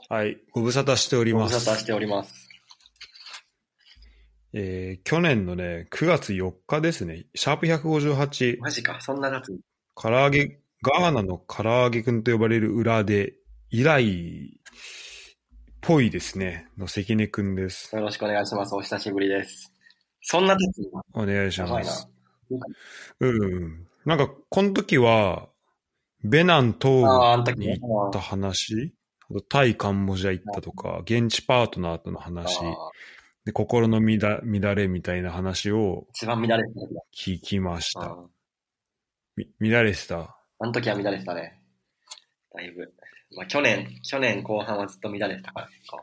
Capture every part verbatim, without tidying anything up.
はい、ご無沙汰しております。 ご無沙汰しております。 えー、去年のね、くがつよっかですね、シャープひゃくごじゅうはち。 マジか、そんな夏。 唐揚げ、ガーナの唐揚げくんと呼ばれる裏で、以来、っぽいですね、の関根くんです。 よろしくお願いします。お久しぶりです。そんな経つお願いします。 やばいな。うん。なんか、この時は、ベナン東部に行った話、あとタイ、カンボジア行ったとか、現地パートナーとの話、で心の乱れみたいな話を一番乱れてた聞きました。み乱れてた。 あの時は乱れてたね。だいぶ。まあ去年、去年後半はずっと乱れてたから結構。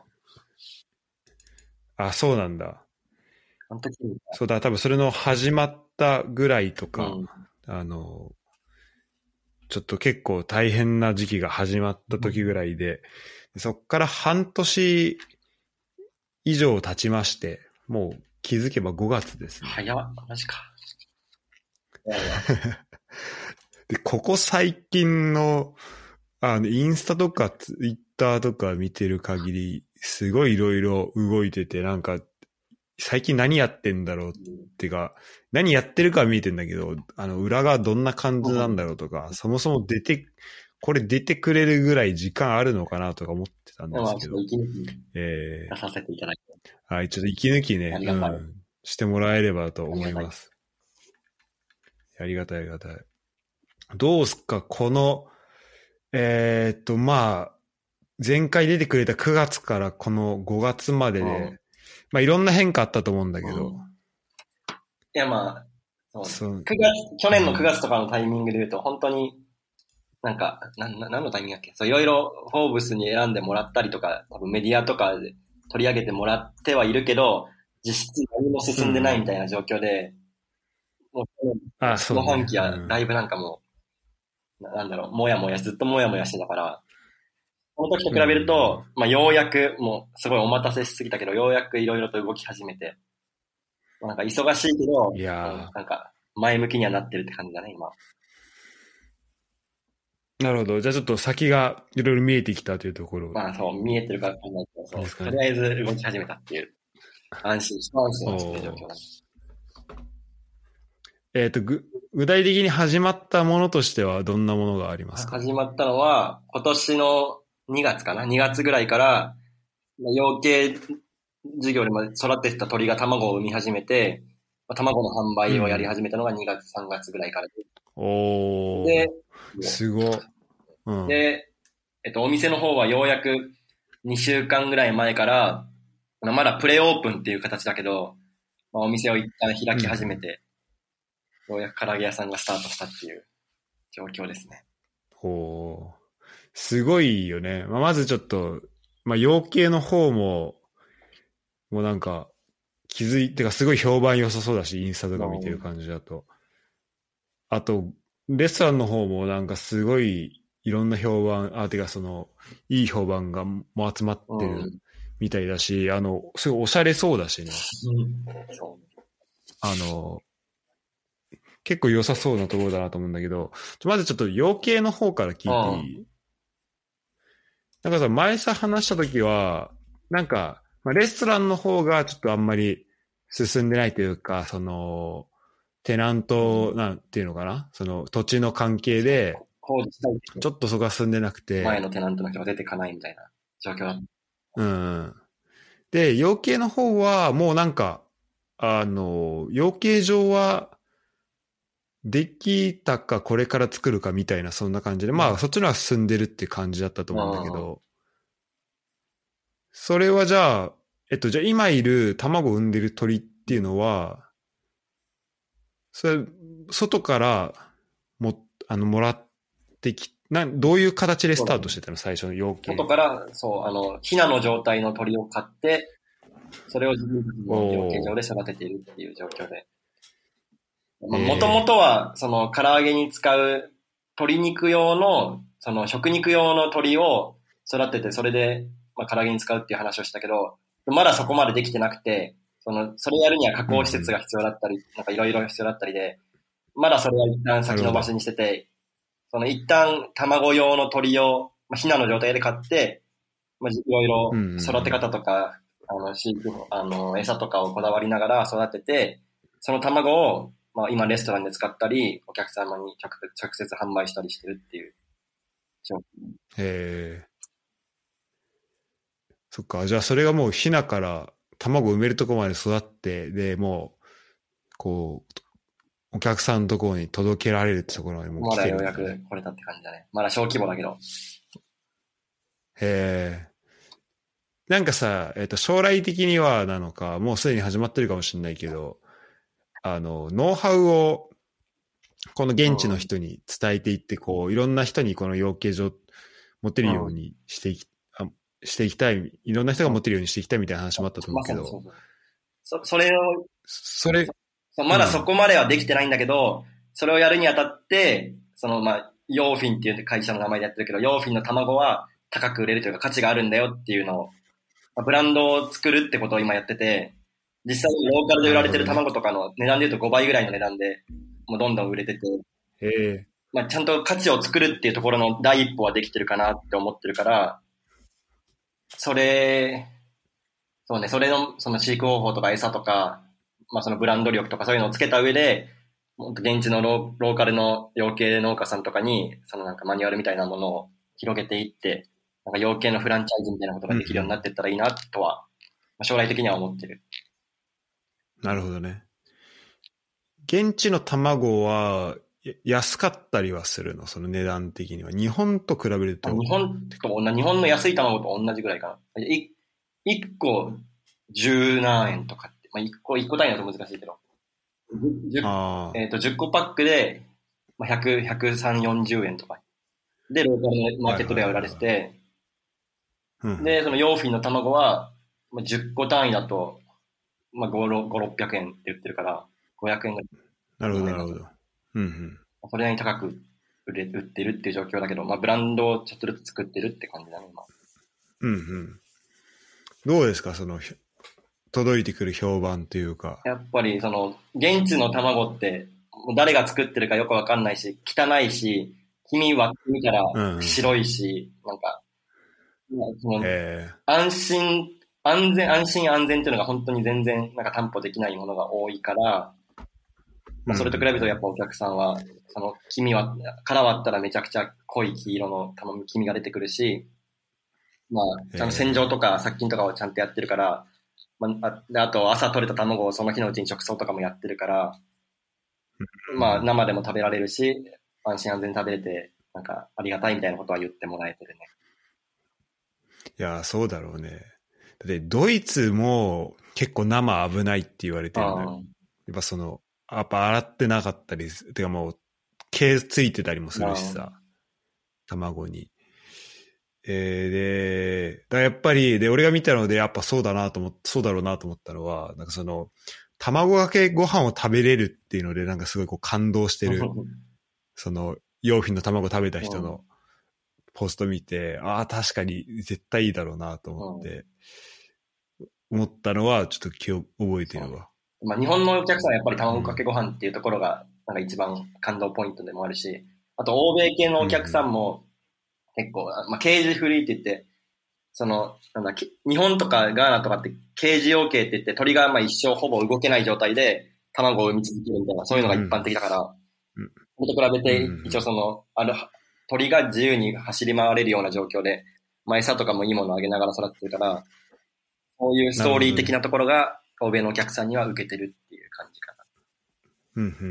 あ、そうなんだ。 あの時そうだ、多分それの始まったぐらいとか、 うん、 あの、ちょっと結構大変な時期が始まった時ぐらいで、うん、そっから半年以上経ちまして、もう気づけばごがつですね。 早っ、マジか。 で、ここ最近の、あの、インスタとかツイッターとか見てる限り、すごいいろいろ動いてて、なんか、最近何やってんだろうってか、何やってるかは見えてんだけど、あの、裏がどんな感じなんだろうとか、そもそも出て、これ出てくれるぐらい時間あるのかなとか思ってたんですけど。 えー、出させていただきます。 はい、ちょっと息抜きね、うん、してもらえればと思います。ありがたいありがたい。どうすか、この、えー、っと、まあ、前回出てくれたくがつからこのごがつまでで、うん、まあいろんな変化あったと思うんだけど。うん、いやまあ、そう。くがつ、去年のくがつとかのタイミングで言うと、本当に、なんか、な、な、何のタイミングだっけ？そう、いろいろ、フォーブスに選んでもらったりとか、多分メディアとかで取り上げてもらってはいるけど、実質何も進んでないみたいな状況で、うん、もう、 ああ、そうね。 この半期はだいぶなんかもう、うん、なんだろう、もやもや、ずっともやもやしてたから、この時と比べると、うん、まあようやく、もうすごいお待たせしすぎたけど、ようやくいろいろと動き始めて、なんか忙しいけど、 いやなんか前向きにはなってるって感じだね、今。 なるほど。じゃあちょっと先がいろいろ見えてきたというところ。 まあそう、見えてるかわかんないけど、そう、ね、とりあえず動き始めたっていう、安心して、安心してる状況だ。 えっと、ぐ、具体的に始まったものとしてはどんなものがありますか？ 始まったのは、今年のにがつかな ?に 月ぐらいから、養鶏事業で育ててた鳥が卵を産み始めて、卵の販売をやり始めたのがにがつ、さんがつぐらいからで。 おー。で、すご、 うん。で、えっと、お店の方はようやくにしゅうかんぐらい前から、まだプレオープンっていう形だけど、まあ、お店を一旦開き始めて、うん、ようやく唐揚げ屋さんがスタートしたっていう状況ですね。 おー。すごいよね。まあ、まずちょっと、まあ、養鶏の方も、もうなんか、気づいてかすごい評判良さそうだし、インスタとか見てる感じだと。あと、レストランの方もなんかすごいいろんな評判、あ、てかその、いい評判がもう集まってるみたいだし、うん、あの、すごいおしゃれそうだしね。うん、あの、結構良さそうなところだなと思うんだけど、まずちょっと養鶏の方から聞いていい？うん、なんかさ、前さ話した時は、なんか、まあ、レストランの方がちょっとあんまり進んでないというか、その、テナント、なんていうのかな、その土地の関係で、ちょっとそこが進んでなくて。 前のテナントの人が出てかないみたいな状況だった。 うん。で、養鶏の方はもうなんか、あの、養鶏場は、できたかこれから作るかみたいな、そんな感じで、まあそっちのは進んでるって感じだったと思うんだけど、それはじゃあ、えっと、じゃあ今いる卵を産んでる鳥っていうのは、それ、外からも、あの、もらってき、な、どういう形でスタートしてたの？最初の養鶏。 外から、そう、あの、ヒナの状態の鳥を買って、それを自分の養鶏場で育てているっていう状況で。もともとは、その、唐揚げに使う鶏肉用の、その、食肉用の鳥を育てて、それで、まあ、唐揚げに使うっていう話をしたけど、まだそこまでできてなくて、その、それやるには加工施設が必要だったり、うん、なんかいろいろ必要だったりで、まだそれは一旦先延ばしにしてて、その一旦卵用の鳥を、まあ、ヒナの状態で買って、 まあ、いろいろ育て方とか、うんうんうん、あの、飼育、あの、餌とかをこだわりながら育てて、その卵を、まあ、今レストランで使ったり、お客様に直接販売したりしてるっていう。 へえ。そっか。じゃあそれがもうヒナから卵を埋めるところまで育って、で、もう、こう、お客さんのところに届けられるってところまでもう来てる、ね。 まだようやく来れたって感じだね。まだ小規模だけど。 へえ。なんかさ、えっと、将来的にはなのか、もうすでに始まってるかもしれないけど、あの、ノウハウを、この現地の人に伝えていって、こう、いろんな人にこの養鶏場持てるようにしていき、うん、あしていきたい、いろんな人が持てるようにしていきたいみたいな話もあったと思うけど、まあ、そうそうそうそそれを、 それ、 まだそこまではできてないんだけど、うん、それをやるにあたって、その、まあ、ヨーフィンっていう会社の名前でやってるけど、ヨーフィンの卵は高く売れるというか価値があるんだよっていうのを、ブランドを作るってことを今やってて、実際にローカルで売られてる卵とかの値段で言うとごばいぐらいの値段で、もうどんどん売れてて、 へまあ、ちゃんと価値を作るっていうところの第一歩はできてるかなって思ってるから、それ、そうね、それの、その飼育方法とか餌とか、まあそのブランド力とかそういうのをつけた上で、現地のロー、ローカルの養鶏農家さんとかに、そのなんかマニュアルみたいなものを広げていって、なんか養鶏のフランチャイズみたいなことができるようになっていったらいいなとは、うん、将来的には思ってる。 なるほどね。現地の卵は安かったりはするの？その値段的には。日本と比べると。 日本と同じ、日本の安い卵と同じぐらいかな。いいっこ十何円とかって、まあ、いっこ、いっこ単位だと難しいけど。あえっ、ー、と、じゅっこパックで、まあ、ひゃく、ひゃくさんじゅう、よんじゅうえんとか。で、ローカルのマーケットでは売られてて、はいはいはいはい、で、そのヨーフィンの卵は、まあ、じゅっこ単位だと、まあ、ご、ろっぴゃくえんって売ってるから、ごひゃくえんぐらい。 なるほど、なるほど。うんうん。 それなりに高く売れ、売ってるっていう状況だけど、まあ、ブランドをちょっとずつ作ってるって感じだね、今。 うんうん。どうですか、その、届いてくる評判というか。 やっぱり、その、現地の卵って、誰が作ってるかよくわかんないし、汚いし、黄身割ってみたら白いし、うんうん、なんか、その安心、安全、安心安全っていうのが本当に全然なんか担保できないものが多いから、まあ、それと比べるとやっぱお客さんは、その黄身は、殻割ったらめちゃくちゃ濃い黄色の黄身が出てくるし、まあ、ちゃんと洗浄とか殺菌とかをちゃんとやってるから、まあ、であと朝取れた卵をその日のうちに直送とかもやってるから、まあ生でも食べられるし、安心安全に食べれて、なんかありがたいみたいなことは言ってもらえてるね。 いや、そうだろうね。だってドイツも結構生危ないって言われてるのよ。やっぱその、やっぱ洗ってなかったり、てかもう毛ついてたりもするしさ、卵に。えー、で、だからやっぱり、で、俺が見たので、やっぱそうだなと思っそうだろうなと思ったのは、なんかその、卵かけご飯を食べれるっていうので、なんかすごいこう感動してる、その、ヨーフィンの卵食べた人のポスト見て、ああ、確かに絶対いいだろうなと思って、思ったのは、ちょっと記憶覚えてるわ。 まあ、日本のお客さんはやっぱり卵かけご飯っていうところが、なんか一番感動ポイントでもあるし、あと欧米系のお客さんも、結構、まあ、ケージフリーって言って、その、なんだ、日本とかガーナとかってケージ養鶏って言って鳥がまあ一生ほぼ動けない状態で卵を産み続けるみたいな、そういうのが一般的だから、うん、それと比べて、一応その、ある、鳥が自由に走り回れるような状況で、まあ、餌とかもいいものをあげながら育ってるから、そういうストーリー的なところが欧米のお客さんには受けてるっていう感じかな。 うん、うん、うん、うん。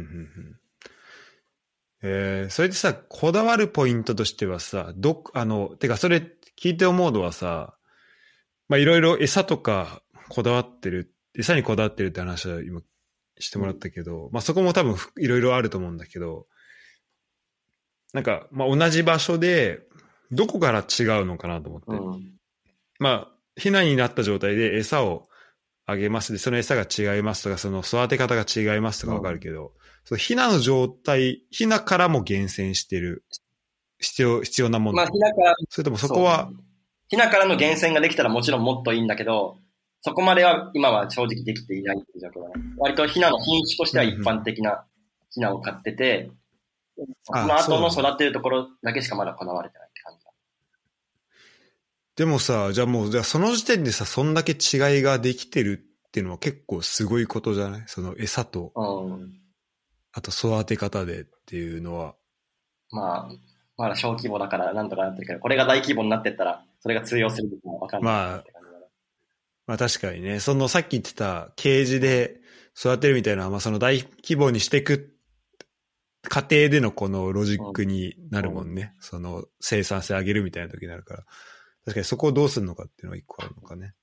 えー、それでさ、こだわるポイントとしてはさ、ど、あの、てかそれ聞いて思うのはさ、まあいろいろ餌とかこだわってる、餌にこだわってるって話は今してもらったけど、うん、まあそこも多分いろいろあると思うんだけど、なんか、まあ同じ場所で、どこから違うのかなと思って。うん、まあ、ヒナになった状態で餌をあげますで、その餌が違いますとか、その育て方が違いますとかわかるけど、うん、そのヒナの状態、ヒナからも厳選してる必要、必要なもの。 まあ、ヒナから、 それともそこは、 ヒナからの厳選ができたらもちろんもっといいんだけど、そこまでは今は正直できていないっていう状況だね。割とヒナの品種としては一般的なヒナを飼ってて、うんうん、その後の育てるところだけしかまだこだわれてないって感じだ。 でもさ、じゃあもう、じゃあその時点でさ、そんだけ違いができてるっていうのは結構すごいことじゃない？その餌と、 うん。 あと育て方でっていうのは。 まあ、まだ小規模だからなんとかなってるけど、これが大規模になってったら、それが通用するのかわかんないまあって感じだね。 まあ確かにね、そのさっき言ってたケージで育てるみたいな、まあその大規模にしていく過程でのこのロジックになるもんね。うん、その生産性上げるみたいな時になるから。確かにそこをどうするのかっていうのが一個あるのかね。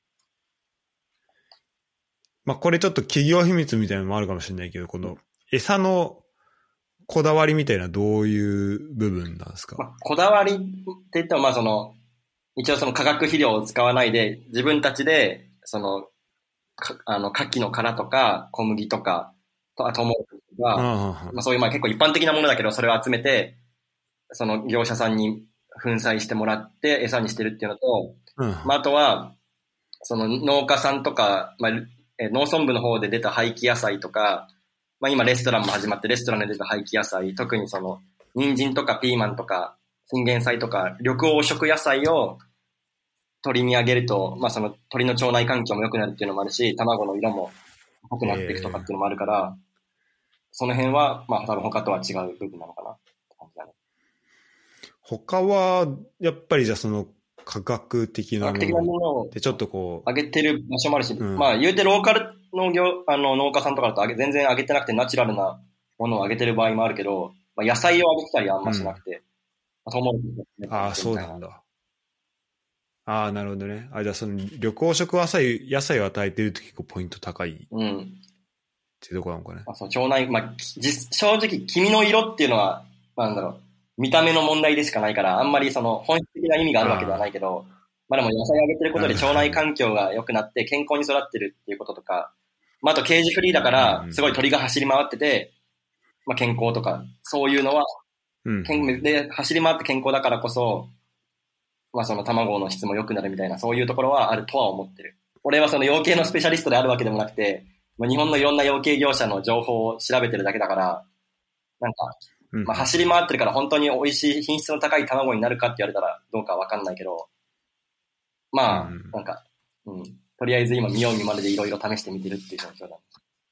まあこれちょっと企業秘密みたいなのもあるかもしれないけど、この餌のこだわりみたいなどういう部分なんですか？ まあ、こだわりって言っても、まあその、一応その化学肥料を使わないで、自分たちで、その、あの、牡蠣の殻とか、小麦とか、と、トウモロコシとか、まあそういうまあ結構一般的なものだけど、それを集めて、その業者さんに粉砕してもらって餌にしてるっていうのと、うん、まああとは、その農家さんとか、まあ、農村部の方で出た廃棄野菜とか、まあ今レストランも始まってレストランで出た廃棄野菜、特にその、人参とかピーマンとか、チンゲン菜とか、緑黄色野菜を鶏にあげると、まあその鶏の腸内環境も良くなるっていうのもあるし、卵の色も濃くなっていくとかっていうのもあるから、えー、その辺は、まあ多分他とは違う部分なのかなって感じだね。 他は、やっぱりじゃあその科学的なもの。科学的なものをでちょっとこう。 上げてる場所もあるし、 うん、 まあ言うてローカル農業、あの農家さんとかだと全然上げてなくてナチュラルなものを上げてる場合もあるけど、まあ、野菜を上げてたりあんましなくて、うん、トウモロコシ、 ああ、そうなんだ。ああ、なるほどね。あ、じゃあその緑黄色野菜、野菜を与えてると結構ポイント高い。うん。っていうとこなのかね。 まあ、その腸内、まあ、実正直、黄身の色っていうのは、まあ、なんだろう、見た目の問題でしかないから、あんまりその本質的な意味があるわけではないけど、あまあでも野菜をあげてることで腸内環境が良くなって健康に育ってるっていうこととか、まああとケージフリーだから、すごい鳥が走り回ってて、まあ健康とか、そういうのは、うん、で、走り回って健康だからこそ、まあその卵の質も良くなるみたいな、そういうところはあるとは思ってる。俺はその養鶏のスペシャリストであるわけでもなくて、まあ、日本のいろんな養鶏業者の情報を調べてるだけだから、なんか、まあ走り回ってるから本当に美味しい品質の高い卵になるかって言われたらどうかわかんないけど、まあ、なんか、うん、とりあえず今見よう見まねでいろいろ試してみてるっていう状況だ。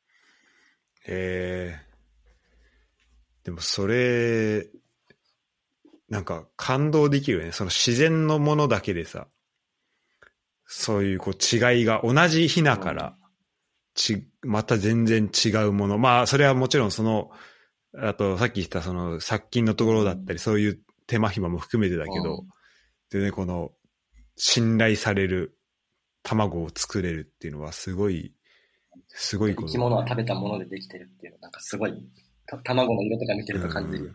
へえ。でもそれ、なんか感動できるよね。その自然のものだけでさ、そういうこう違いが同じヒナからち、また全然違うもの。まあそれはもちろんその、あとさっき言ったその殺菌のところだったり、そういう手間暇も含めてだけど、でね、この信頼される卵を作れるっていうのはすごい、すごいこと。 生き物は食べたものでできてるっていうのなんかすごい、卵の色とか見てると感じる。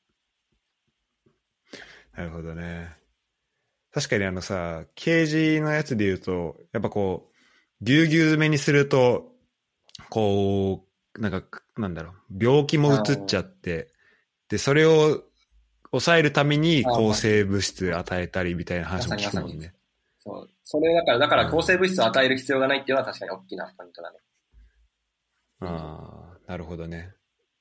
なるほどね。確かにあのさ、ケージのやつで言うと、やっぱこう、ぎゅうぎゅう詰めにすると、こう、なんか、なんだろう、病気もうつっちゃって、で、それを抑えるために抗生物質与えたりみたいな話も聞くもんね。 そう。それだから、だから抗生物質を与える必要がないっていうのは確かに大きなポイントだね。 ああ、なるほどね。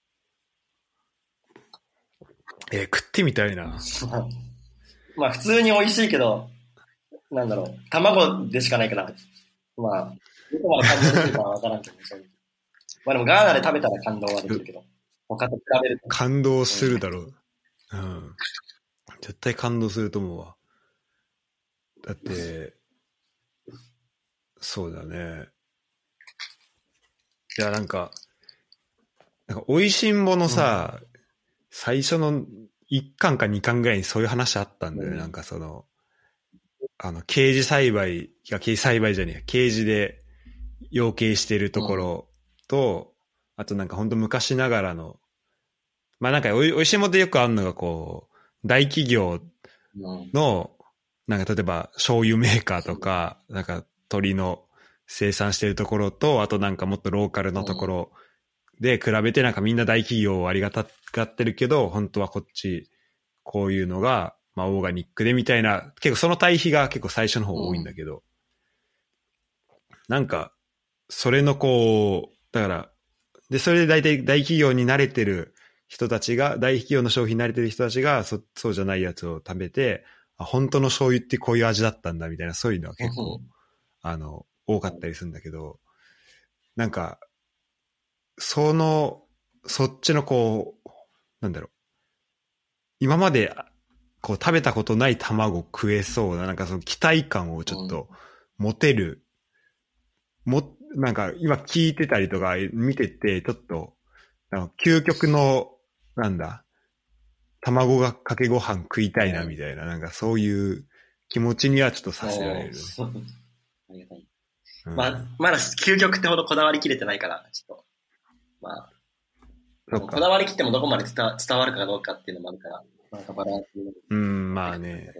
えー、食ってみたいな。 まあ普通に美味しいけど、なんだろう、卵でしかないから、まあ、どこまで感動するかはわからんけど、正直。まあでもガーナで食べたら感動はできるけど、他と比べると。 感動するだろう。うん。うん、絶対感動すると思うわ。だって、そうだね。いや、なんか、なんか美味しんぼのさ、うん、最初のいっかんかにかんぐらいにそういう話あったんだよね。うん、なんかその、あの、ケージ栽培、いや、ケージ栽培じゃねえ、ケージで養鶏してるところと、うん、あとなんかほんと昔ながらの、まあなんかおい、おいしいものでよくあるのがこう、大企業の、なんか例えば醤油メーカーとか、なんか鶏の生産してるところと、あとなんかもっとローカルのところで比べてなんかみんな大企業をありがたがってるけど、本当はこっち、こういうのが、まあオーガニックでみたいな、結構その対比が結構最初の方多いんだけど、うん、なんか、それのこう、だから、で、それで大体大企業に慣れてる人たちが、大企業の商品に慣れてる人たちが、そ、そうじゃないやつを食べて、 あ、本当の醤油ってこういう味だったんだみたいな、そういうのは結構、あの、多かったりするんだけど、なんか、その、そっちのこう、なんだろう、今までこう食べたことない卵食えそうな、なんかその期待感をちょっと持てる、うん、も、なんか今聞いてたりとか見てて、ちょっと、なんか究極の、なんだ、卵がかけご飯食いたいなみたいな、うん、なんかそういう気持ちにはちょっとさせられる。 ありがたい。うん、まあ、まだ究極ってほどこだわりきれてないから、ちょっと、まあ、こだわりきってもどこまで伝わ、伝わるかどうかっていうのもあるから、なんかバランス。 うん、まあね。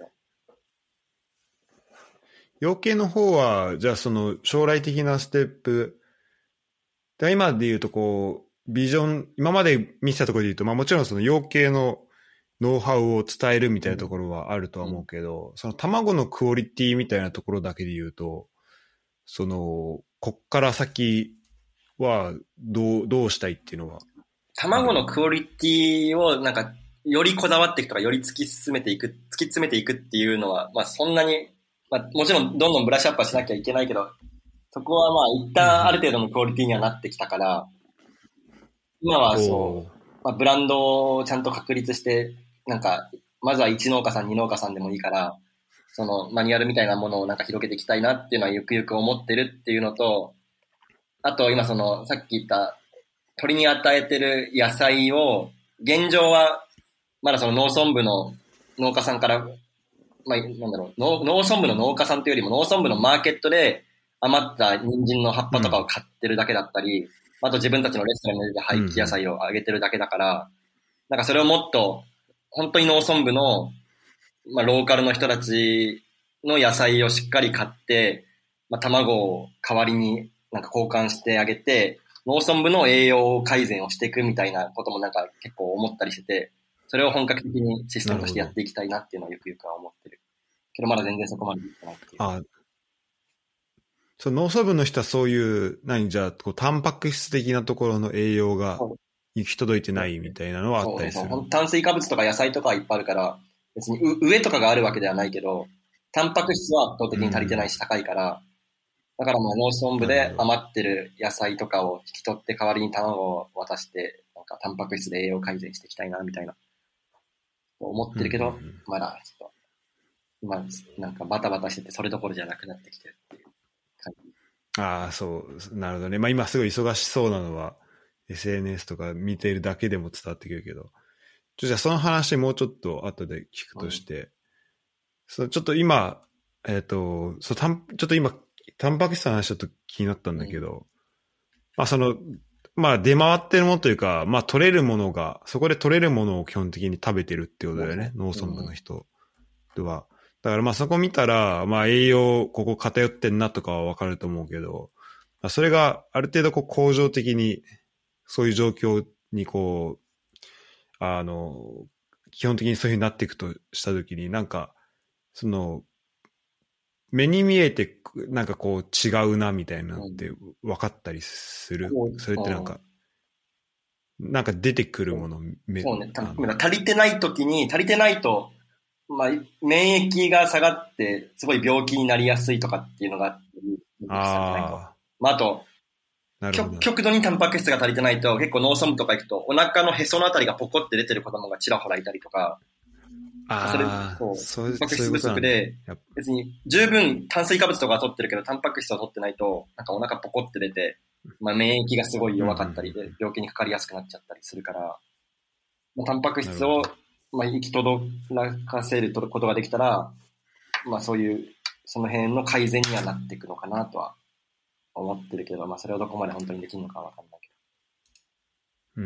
養鶏の方は、じゃあその将来的なステップ、で今で言うとこう、ビジョン、今まで見てたところで言うと、まあもちろんその養鶏のノウハウを伝えるみたいなところはあるとは思うけど、うん、その卵のクオリティみたいなところだけで言うと、その、こっから先はどう、どうしたいっていうのは。 卵のクオリティをなんか、よりこだわっていくとか、より突き進めていく、突き詰めていくっていうのは、まあそんなに、まあもちろんどんどんブラッシュアップはしなきゃいけないけど、そこはまあ一旦ある程度のクオリティにはなってきたから、今はそう、まあ、ブランドをちゃんと確立して、なんか、まずはいち農家さん、に農家さんでもいいから、そのマニュアルみたいなものをなんか広げていきたいなっていうのはゆくゆく思ってるっていうのと、あと今その、さっき言った鳥に与えてる野菜を、現状はまだその農村部の農家さんから、まあ、なんだろう、農、農村部の農家さんというよりも農村部のマーケットで余った人参の葉っぱとかを買ってるだけだったり、うん、あと自分たちのレストランで廃棄野菜をあげてるだけだから、うん、なんかそれをもっと、本当に農村部の、まあ、ローカルの人たちの野菜をしっかり買って、まあ、卵を代わりになんか交換してあげて、農村部の栄養改善をしていくみたいなこともなんか結構思ったりしてて、それを本格的にシステムとしてやっていきたいなっていうのをゆくゆくは思ってる。けどまだ全然そこまでいってないっていう。 ああ、その農村部の人はそういう、何じゃあ、こうタンパク質的なところの栄養が行き届いてないみたいなのはあったりする。 そうそう、炭水化物とか野菜とかはいっぱいあるから、別に上とかがあるわけではないけど、タンパク質は圧倒的に足りてないし高いから、だからまあ農村部で余ってる野菜とかを引き取って代わりに卵を渡して、なんかタンパク質で栄養改善していきたいなみたいな思ってるけど、うんうんうん、まだちょっと今なんかバタバタしててそれどころじゃなくなってきてるっていう感じ。 ああ、そうなるほどね。まあ今すごい忙しそうなのは エスエヌエス とか見ているだけでも伝わってくるけど、ちょじゃあその話もうちょっと後で聞くとして、うん、そうちょっと今えっ、ー、とそうたんちょっと今タンパク質の話ちょっと気になったんだけど、うん、まあその、まあ出回ってるものというか、まあ取れるものが、そこで取れるものを基本的に食べてるってことだよね、うん、農村部の人は。だからまあそこ見たら、まあ栄養ここ偏ってんなとかはわかると思うけど、それがある程度こう恒常的にそういう状況にこう、あの、基本的にそういう風になっていくとしたときに、なんか、その、目に見えてなんかこう違うなみたいなのって分かったりする、うん、それってなんかなんか出てくるもの、 そうね、足りてない時に足りてないと、まあ、免疫が下がってすごい病気になりやすいとかっていうのがああ、まあ、あと極度にタンパク質が足りてないと結構農村部とか行くとお腹のへそのあたりがポコって出てる子供がちらほらいたりとか、 ああ、 そう、タンパク質不足で、別に十分炭水化物とかは取ってるけど、タンパク質を取ってないと、なんかお腹ポコって出て、まあ免疫がすごい弱かったりで、病気にかかりやすくなっちゃったりするから、まあ、タンパク質を、まあ、行き届かせることができたら、まあそういう、その辺の改善にはなっていくのかなとは思ってるけど、まあそれをどこまで本当にできるのかわかんないけど。うん。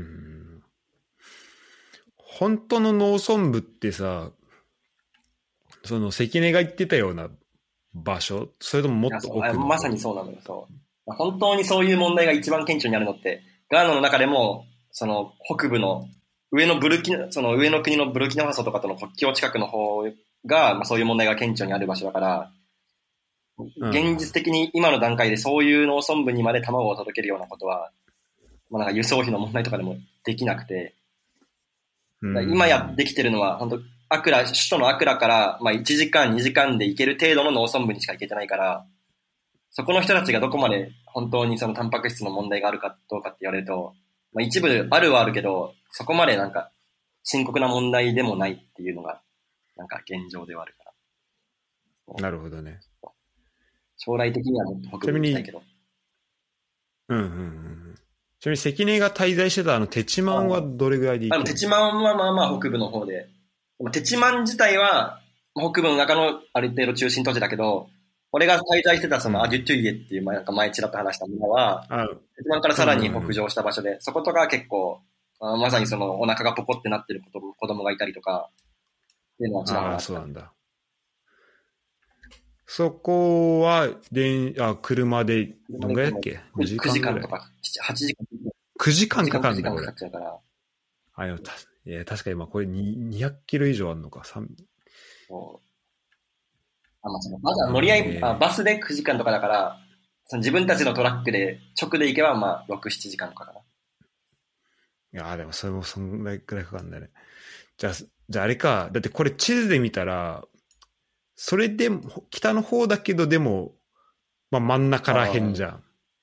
本当の農村部ってさ、その関根が言ってたような場所、それとももっと奥のまさにそうなのよ。そう。本当にそういう問題が一番顕著にあるのって、ガーナの中でも、その北部の上のブルキナ、その上の国のブルキナファソとかとの国境近くの方が、まあ、そういう問題が顕著にある場所だから、うん、現実的に今の段階でそういう農村部にまで卵を届けるようなことは、まあ、なんか輸送費の問題とかでもできなくて、今やってきてるのは本当アクラ、首都のアクラから、まあいちじかん、にじかんで行ける程度の農村部にしか行けてないから、そこの人たちがどこまで本当にそのタンパク質の問題があるかどうかって言われると、まあ一部あるはあるけど、そこまでなんか深刻な問題でもないっていうのが、なんか現状ではあるから。 なるほどね。 将来的にはもっと北部に行きたいけど。 うんうんうん。ちなみに関根が滞在してたあのテチマンはどれぐらいで行けるの？ テチマンはまあまあ北部の方で。テチマン自体は北部の中のある程度中心都市だけど、俺が滞在してたそのアデュトゥイエっていう、まあなんか前ちらっと話した村は、テチマンからさらに北上した場所で、そことか結構、あまさにそのお腹がポコってなってる子供、子供がいたりとか、っていうのはちらほらあった。 ああ、そうなんだ。そこは、であ、車で、どんぐらいだっけ ?に 時間ぐらい。 くじかんとか、はちじかん。 くじかんかかるんだ、 これ。かかっちゃうから。 あ、いや、たいや確かに今これにひゃくキロ以上あるのか。 そうあ、まあ、そのまずは乗り合い、えーあ、バスでくじかんとかだから、その自分たちのトラックで直で行けば、まあ、ろく、しちじかんとかかな。 いや、でもそれもそんぐらいかかるんだね。じゃあ、じゃああれか。だってこれ地図で見たら、それでも、北の方だけど、でも、まあ真ん中らへんじゃん。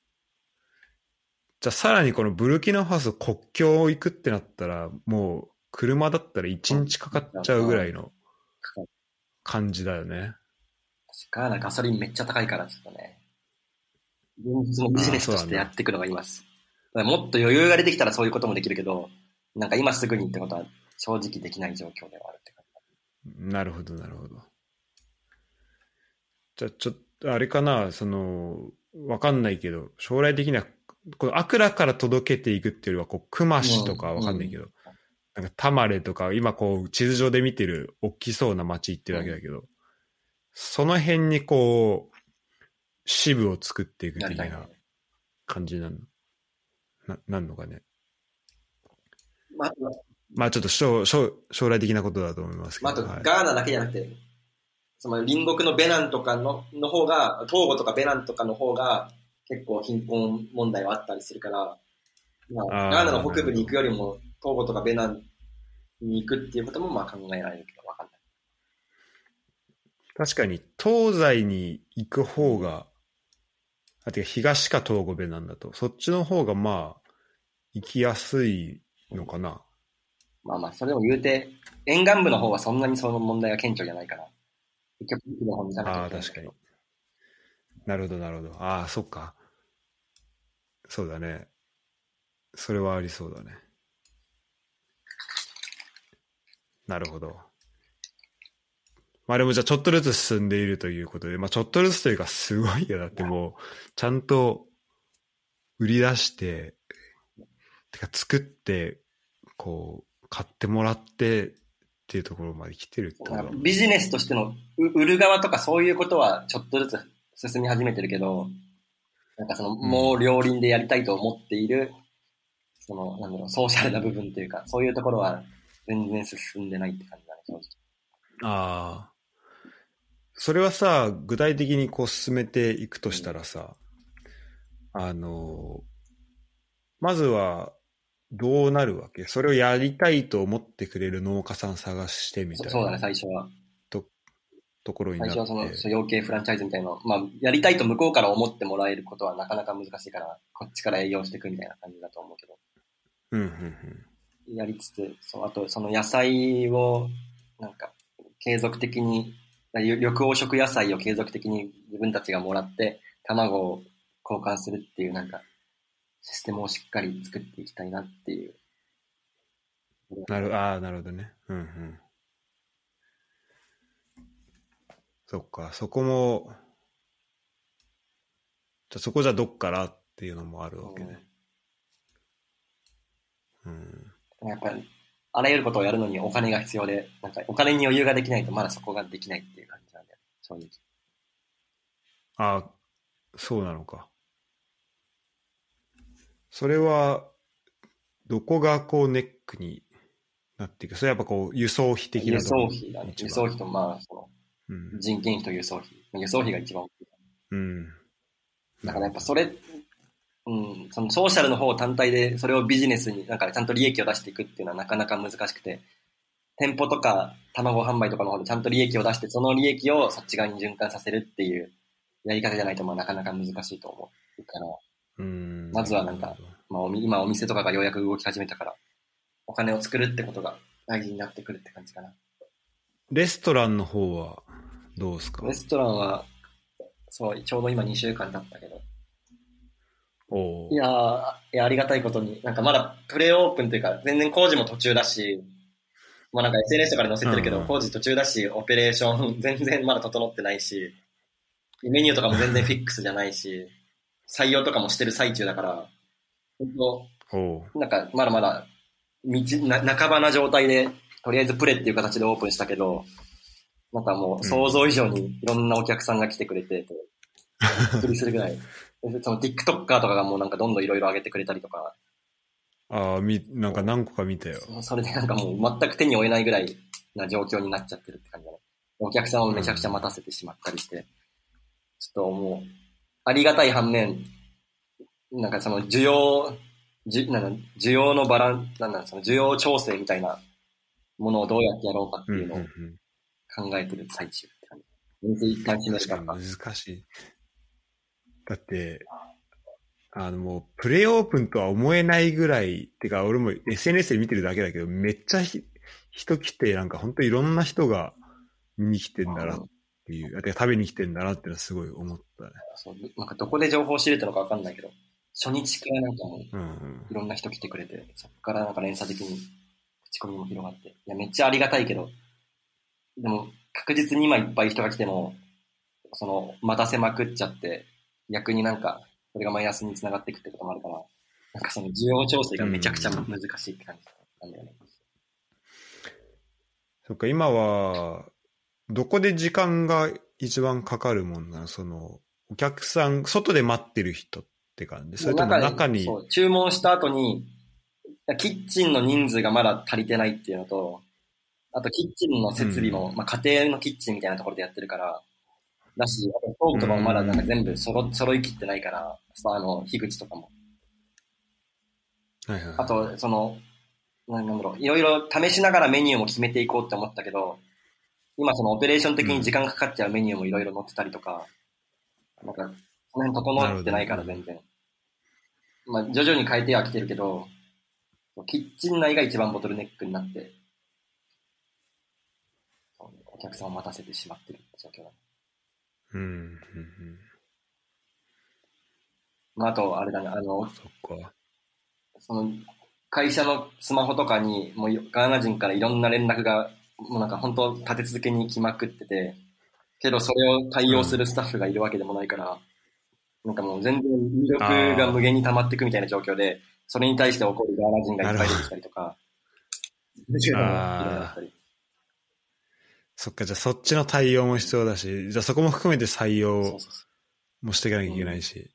じゃあさらにこのブルキナファソ国境を行くってなったら、もう車だったらいちにちかかっちゃうぐらいの感じだよね。 ガーナガソリンめっちゃ高いから、ちょっとね。現実のビジネスとしてやっていくのがいます。もっと余裕が出てきたらそういうこともできるけど、なんか今すぐにってことは正直できない状況ではあるって感じ。なるほど、なるほど。じゃあちょっと、あれかな、その、わかんないけど、将来的には、このアクラから届けていくっていうよりは、こう、クマシとかわかんないけど、うんうん、なんかタマレとか、今こう、地図上で見てる大きそうな街行ってるだけだけど、うん、その辺にこう、支部を作っていく的な感じなの、な、なんのかね。 まあ、 まあちょっと将、将、将来的なことだと思いますけど。 まあ、あと、はい、ガーナだけじゃなくて、その隣国のベナンとかの、の方が、トーゴとかベナンとかの方が、結構貧困問題はあったりするから、まあ、あガーナの北部に行くよりも、トーゴとかベナンに行くっていうこともまあ考えられるけど、わかんない。 確かに、東西に行く方が、あてか東かトーゴベナンだと、そっちの方がまあ、行きやすいのかな。 まあまあ、それを言うて、沿岸部の方はそんなにその問題が顕著じゃないから、結局、の方に食べてああ、確かに。なるほど、なるほど。ああ、そっか。そうだね。それはありそうだね。なるほど。まあでもじゃあちょっとずつ進んでいるということで、まあちょっとずつというかすごいよ。だってもう、ちゃんと売り出して、てか作って、こう、買ってもらってっていうところまで来てるってことだ。 ビジネスとしての売る側とかそういうことはちょっとずつ進み始めてるけど、なんかその、もう両輪でやりたいと思っている、その、なんだろう、ソーシャルな部分というか、そういうところは全然進んでないって感じだね、正直。 ああ。それはさ、具体的にこう進めていくとしたらさ、うん、あの、まずはどうなるわけ？それをやりたいと思ってくれる農家さん探してみたいな。 そうだね、最初は。 と、ところになって。 最初はその、養鶏フランチャイズみたいなの、まあ、やりたいと向こうから思ってもらえることはなかなか難しいから、こっちから営業していくみたいな感じだと思うけど。 うん、うん、うん。 やりつつ、そう、あと、その野菜を、なんか、継続的に、緑黄色野菜を継続的に自分たちがもらって、卵を交換するっていう、なんか、システムをしっかり作っていきたいなっていう。 なる、ああ、なるほどね。うん、うん。そっか、そこも、じゃそこじゃどっからっていうのもあるわけね。うん。 うん、やっぱり、あらゆることをやるのにお金が必要で、なんかお金に余裕ができないとまだそこができないっていう感じなんだよ、正直。 ああ、そうなのか。それは、どこがこうネックになっていく？それやっぱこう輸送費的な輸送費だね。輸送費とまあ、その、うん、人件費と輸送費。輸送費が一番大きい。 うん。 だからやっぱそれ、うん、そのソーシャルの方単体でそれをビジネスになんかちゃんと利益を出していくっていうのはなかなか難しくて、 店舗とか卵販売とかの方でちゃんと利益を出して、その利益をそっち側に循環させるっていうやり方じゃないと、まあなかなか難しいと思うから、 うん。 まずはなんか、まあおみ今お店とかがようやく動き始めたから、お金を作るってことが大事になってくるって感じかな。 レストランの方はどうですか？ レストランは、そう、ちょうど今にしゅうかん経ったけど、 おいやー、いや、ありがたいことに、なんかまだプレオープンというか、全然工事も途中だし、まあなんか エスエヌエス とかで載せてるけど、 うんうん、 工事途中だし、オペレーション全然まだ整ってないし、メニューとかも全然フィックスじゃないし、採用とかもしてる最中だから、本当なんかまだまだ道な半ばな状態で、とりあえずプレっていう形でオープンしたけど、なんかもう想像以上にいろんなお客さんが来てくれて、びっくりするぐらい。その TikToker とかがもうなんかどんどんいろいろ上げてくれたりとか。 ああ、み、なんか何個か見たよ。 それでなんかもう全く手に負えないぐらいな状況になっちゃってるって感じだね。お客さんをめちゃくちゃ待たせてしまったりして、うん、ちょっともう、ありがたい反面、なんかその需要、じなん需要のバランス、なんだその需要調整みたいなものをどうやってやろうかっていうのを考えてる最中って感じ。全然一旦しました。 難しい。だって、あのもう、プレイオープンとは思えないぐらい、てか俺も エスエヌエス で見てるだけだけど、めっちゃひ人来て、なんか本当いろんな人が見に来てんだなっていう、てか食べに来てんだなってのはすごい思ったね。 そうなんかどこで情報を仕入れたのかわかんないけど、初日からなんかもう、いろんな人来てくれて、うんうん、そこからなんか連鎖的に口コミも広がって、いやめっちゃありがたいけど、でも確実に今いっぱい人が来ても、その待たせまくっちゃって、逆になんか、それがマイナスにつながっていくってこともあるから、なんかその需要調整がめちゃくちゃ難しいって感じなんだよね。うん、 そっか、今は、どこで時間が一番かかるもんなの？その、お客さん、外で待ってる人って感じ？それとも中に。 そう、注文した後に、キッチンの人数がまだ足りてないっていうのと、あとキッチンの設備も、うん、まあ家庭のキッチンみたいなところでやってるから、だし、あとストーブとかもまだなんか全部揃、揃いきってないから、あの、樋口とかも。 はいはいはい、 あと、その、なんだろう、いろいろ試しながらメニューも決めていこうって思ったけど、今そのオペレーション的に時間かかっちゃうメニューもいろいろ載ってたりとか、うん、なんか、その辺整ってないから全然。まあ、徐々に変えてはきてるけど、キッチン内が一番ボトルネックになって、お客さんを待たせてしまってる状況だ。 うんうんうん、 まあ、あと、あれだね、あの、 そっか。 その、会社のスマホとかに、もうガーナ人からいろんな連絡が、もうなんか本当立て続けに来まくってて、けどそれを対応するスタッフがいるわけでもないから、うん、なんかもう全然魅力が無限に溜まっていくみたいな状況で、それに対して怒るガーナ人がいっぱい出てきたりとか、 あそっか、じゃあそっちの対応も必要だし、じゃあそこも含めて採用もしていかなきゃいけないし。うん、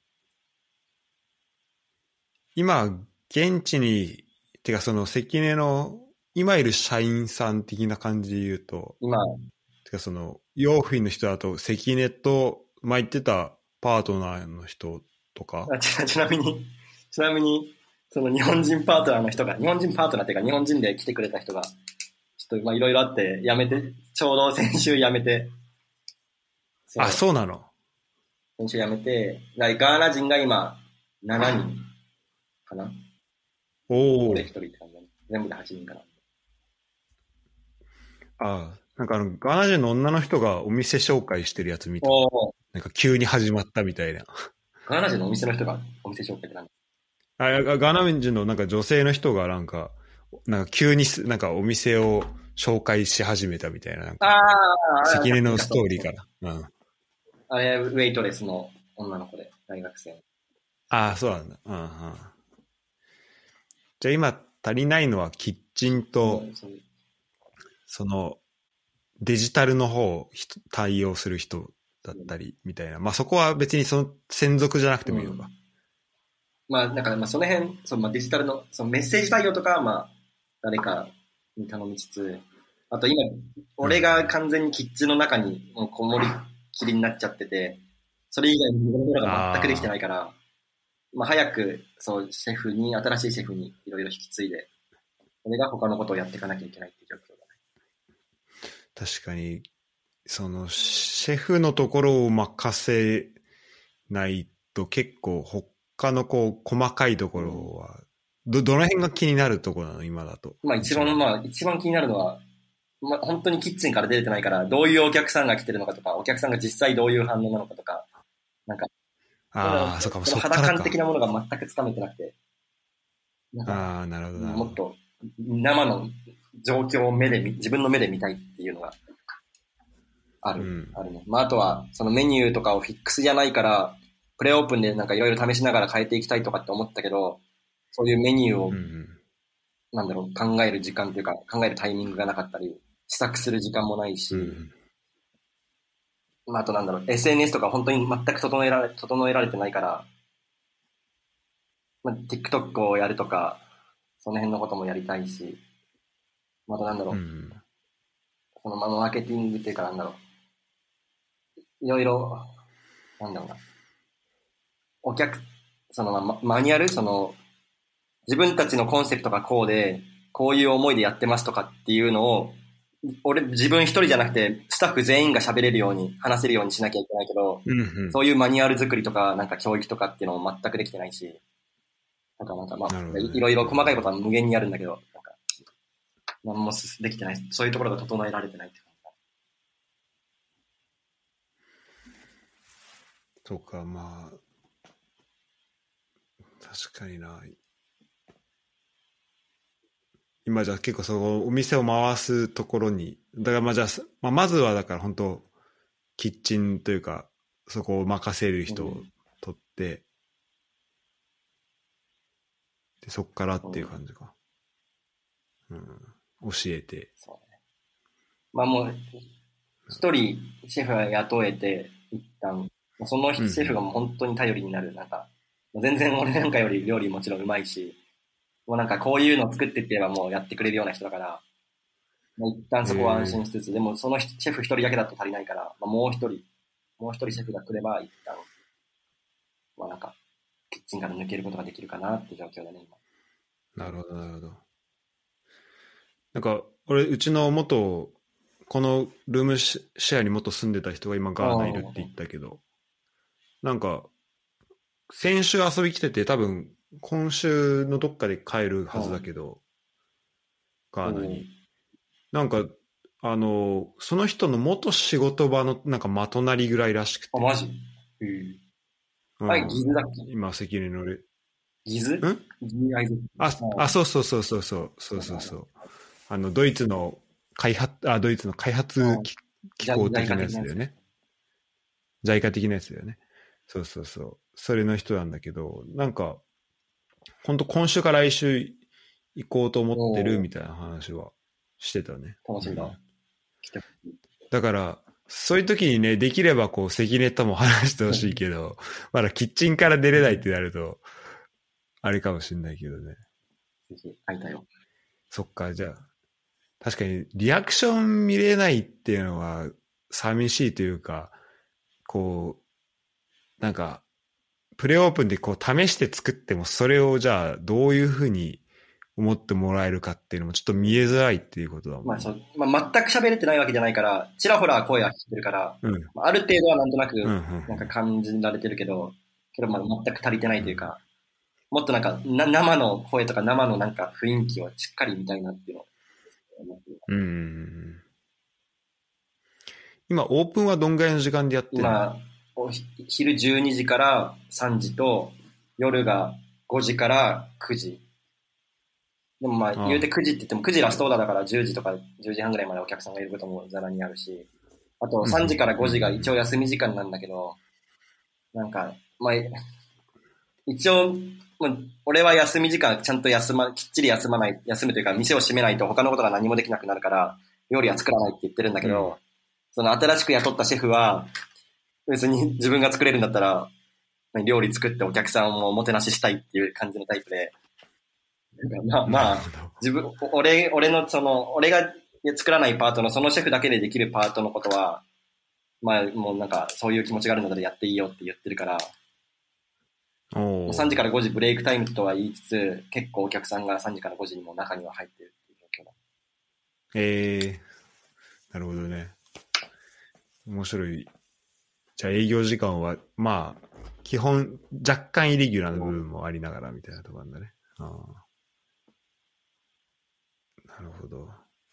今、現地に、てかその関根の、今いる社員さん的な感じで言うと、 今、 てかその、用品の人だと関根と、まあ、言ってたパートナーの人とか。 あちな、ちなみに、ちなみに、その日本人パートナーの人が、日本人パートナーっていうか日本人で来てくれた人が、ちょっとまあいろいろあって辞めて、ちょうど先週辞めて。 あ、そうなの？ 先週辞めて、ガーナ人が今しちにんかな。 おお。 俺ひとりって感じだね。全部ではちにんかな。 ああ、なんかあの、ガーナ人の女の人がお店紹介してるやつ見た。なんか急に始まったみたいな。 ガーナ人のお店の人がお店紹介って何？ あ、ガーナ人のなんか女性の人がなんか、なんか急になんかお店を紹介し始めたみたいな。なんかああ、 関根のストーリーから。うん。 あれ、ウェイトレスの女の子で、大学生。 ああ、そうなんだ。うんうん。じゃあ今足りないのはキッチンと、うん、そ, そのデジタルの方を対応する人だったりみたいな。まあそこは別にその専属じゃなくてもいいのか。うん、 まあだからまあその辺、そのまあデジタルのそのメッセージ対応とかはまあ誰かに頼みつつ、あと今、俺が完全にキッチンの中にもうこもりきりになっちゃってて、それ以外にいろんなことが全くできてないから、まあ早くそうシェフに、新しいシェフにいろいろ引き継いで、それが他のことをやっていかなきゃいけないっていう状況だ。 確かに、その、シェフのところを任せないと結構他のこう、細かいところは、ど、どの辺が気になるところなの今だと。 まあ一番、まあ一番気になるのは、まあ本当にキッチンから出れてないから、どういうお客さんが来てるのかとか、お客さんが実際どういう反応なのかとか、なんか、 ああ、そっか、 その肌感的なものが全くつかめてなくて、なんかああ、なるほどな。 もっと生の状況を目で見、自分の目で見たいっていうのがある。うん、あるね。まああとは、そのメニューとかをフィックスじゃないから、プレオープンでなんかいろいろ試しながら変えていきたいとかって思ったけど、そういうメニューを、うんうん、なんだろう、考える時間というか、考えるタイミングがなかったり、試作する時間もないし、うん、まあ、あとなんだろう、エスエヌエス とか本当に全く整えられ、整えられてないから、まあ、TikTok をやるとか、その辺のこともやりたいし、またなんだろう、うん、そのマーケティングっていうかなんだろう、いろいろ、なんだろうな、お客、そのマ、マニュアル、その、自分たちのコンセプトがこうで、こういう思いでやってますとかっていうのを、俺、自分一人じゃなくて、スタッフ全員が喋れるように、話せるようにしなきゃいけないけど、うんうん、そういうマニュアル作りとか、なんか教育とかっていうのも全くできてないし、なんかなんかまあ、ね、いろいろ細かいことは無限にあるんだけど、なんか、何もできてない。そういうところが整えられてないって感じだ。 そうか、まあ、確かにな。今じゃ結構そのお店を回すところに、だからまあじゃあ、まあ、まずはだから本当キッチンというかそこを任せる人を取って、でそっからっていう感じか、うんうん、教えて。 そうね。まあもう一人シェフが雇えて一旦そのシェフがもう本当に頼りになる、なんか全然俺なんかより料理もちろんうまいし。もうなんかこういうの作ってって言えばもうやってくれるような人だから、もう一旦そこは安心しつつ、でもそのシェフ一人だけだと足りないから、まあ、もう一人、もう一人シェフが来れば一旦、まあなんか、キッチンから抜けることができるかなって状況だね、 今。なるほど、なるほど。なんか、俺、うちの元、このルームシェアに元住んでた人が今ガーナいるって言ったけど、なんか、先週遊び来てて多分、今週のどっかで帰るはずだけど、ガーナに。なんか、あの、その人の元仕事場のなんかまとなりぐらいらしくて。 あ、マジ？へえ。うん、あれ、ギズだっけ？ 今、関根の俺。 ギズ？ ん？ ギズあ、あ、そうそうそうそうそう、そうそうそう。あの、ドイツの開発、あ、ドイツの開発機構的なやつだよね。ジャイカ的なやつだよね。そうそうそう。それの人なんだけど、なんか、本当今週か来週行こうと思ってるみたいな話はしてたね。 楽しみだ。うん、 だから、そういう時にね、できればこう、関根とも話してほしいけど、まだキッチンから出れないってなると、あれかもしんないけどね。 ぜひ、会いたよ。 そっか、じゃあ、確かにリアクション見れないっていうのは寂しいというか、こう、なんか、プレオープンでこう試して作っても、それをじゃあどういうふうに思ってもらえるかっていうのもちょっと見えづらいっていうことだもんね。 まあそう、まあ、全く喋れてないわけじゃないから、ちらほら声は聞いてるから、うん、ある程度はなんとなくなんか感じられてるけど、うんうん、けどまあ全く足りてないというか、うん、もっとなんかな生の声とか生のなんか雰囲気をしっかり見たいなっていうのを思ってる。うん。 今オープンはどんぐらいの時間でやってるの？ 今昼じゅうにじからさんじと夜がごじからくじ。でもまあ言うてくじって言ってもくじラストオーダーだからじゅうじとかじゅうじはんぐらいまでお客さんがいることもざらにあるし、あとさんじからごじが一応休み時間なんだけど、なんかまあ一応俺は休み時間ちゃんと休まきっちり休まない休むというか店を閉めないと他のことが何もできなくなるから料理は作らないって言ってるんだけど、うん、その新しく雇ったシェフは別に自分が作れるんだったら料理作ってお客さんをおもてなししたいっていう感じのタイプで、まあまあ自分俺俺のその俺が作らないパートのそのシェフだけでできるパートのことはまあもうなんかそういう気持ちがあるのでやっていいよって言ってるから、さんじからごじブレイクタイムとは言いつつ結構お客さんがさんじからごじにも中には入ってるっていう状況だ。 えー、 なるほどね。面白い。じゃあ営業時間は、まあ、基本、若干イレギュラーな部分もありながらみたいなところなんだね。ああ。なるほど。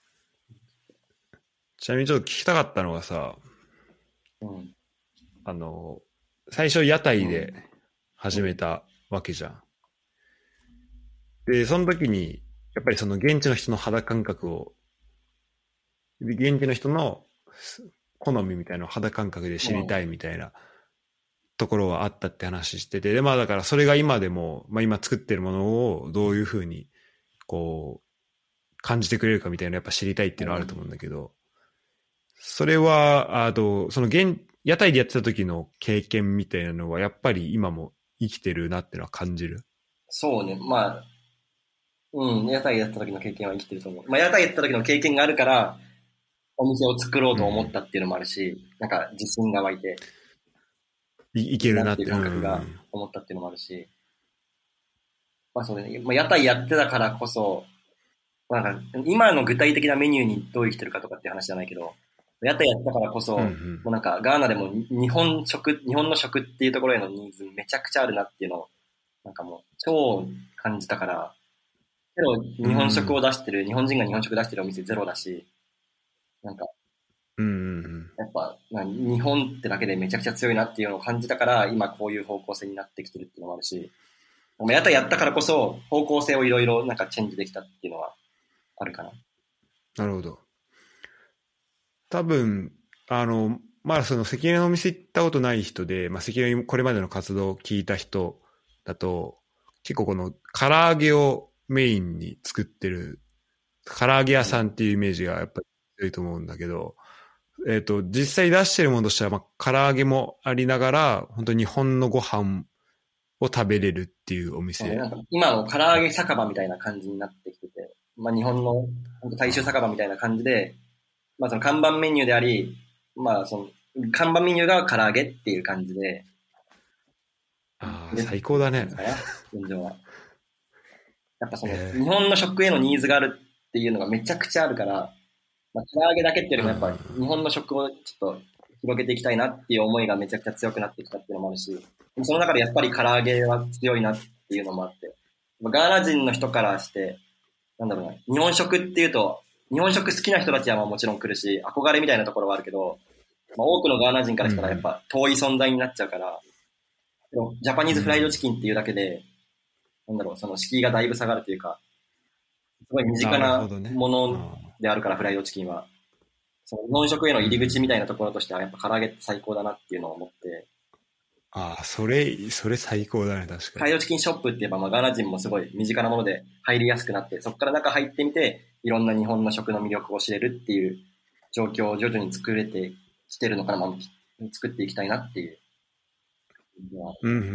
ちなみにちょっと聞きたかったのがさ、 うん、 あの、最初屋台で始めたわけじゃん。で、その時に、やっぱりその現地の人の肌感覚を、現地の人の好みみたいなのを肌感覚で知りたいみたいなところはあったって話してて、で、まあだからそれが今でも、まあ今作ってるものをどういうふうに、こう、感じてくれるかみたいなのやっぱ知りたいっていうのはあると思うんだけど、それは、あと、その現、屋台でやってた時の経験みたいなのは、やっぱり今も生きてるなっていうのは感じる。 そうね。まあ、うん、屋台やった時の経験は生きてると思う。まあ、屋台やった時の経験があるから、お店を作ろうと思ったっていうのもあるし、うん、なんか自信が湧いて、 い, いけるなっていう感覚が思ったっていうのもあるし、まあそうね、まあ、屋台やってたからこそ、なんか今の具体的なメニューにどう生きてるかとかっていう話じゃないけど、屋台やったからこそ、うんうん、もうなんかガーナでも日本食、日本の食っていうところへのニーズめちゃくちゃあるなっていうのを、なんかもう超感じたから、けど日本食を出してる、うん、日本人が日本食出してるお店ゼロだし、なんか、 うんうんうん、 やっぱ日本ってだけでめちゃくちゃ強いなっていうのを感じたから、今こういう方向性になってきてるっていうのもあるし、屋台やったからこそ方向性をいろいろなんかチェンジできたっていうのはあるかな。 なるほど。多分、あの、まだその関根のお店行ったことない人で、まあ、関根のこれまでの活動を聞いた人だと、結構この唐揚げをメインに作ってる、唐揚げ屋さんっていうイメージがやっぱり強いと思うんだけど、えっと、実際出してるものとしては、まあ、唐揚げもありながら、本当に日本のご飯を食べれるっていうお店。 なんか今の唐揚げ酒場みたいな感じになってきてて、まあ、日本の大衆酒場みたいな感じで、まあ、その看板メニューであり、まあ、その看板メニューが唐揚げっていう感じで。 ああ、最高だね。 現状は。やっぱその、日本の食へのニーズがあるっていうのがめちゃくちゃあるから、まあ、唐揚げだけっていうよりもやっぱ日本の食をちょっと広げていきたいなっていう思いがめちゃくちゃ強くなってきたっていうのもあるし、その中でやっぱり唐揚げは強いなっていうのもあって、ガーナ人の人からして、なんだろうな、日本食っていうと、日本食好きな人たちはまあもちろん来るし、憧れみたいなところはあるけど、まあ、多くのガーナ人からしたらやっぱ遠い存在になっちゃうから、うん、ジャパニーズフライドチキンっていうだけで、なんだろう、その敷居がだいぶ下がるというか、すごい身近なものであるから、フライドチキンは。その日本食への入り口みたいなところとしては、やっぱ唐揚げって最高だなっていうのを思って。 ああ、それ、それ最高だね、確かに。 フライドチキンショップって言えば、まあ、ガーナ人もすごい身近なもので入りやすくなって、そこから中入ってみて、いろんな日本の食の魅力を知れるっていう状況を徐々に作れてきてるのかな、まあ、作っていきたいなっていう。 うんうんうん。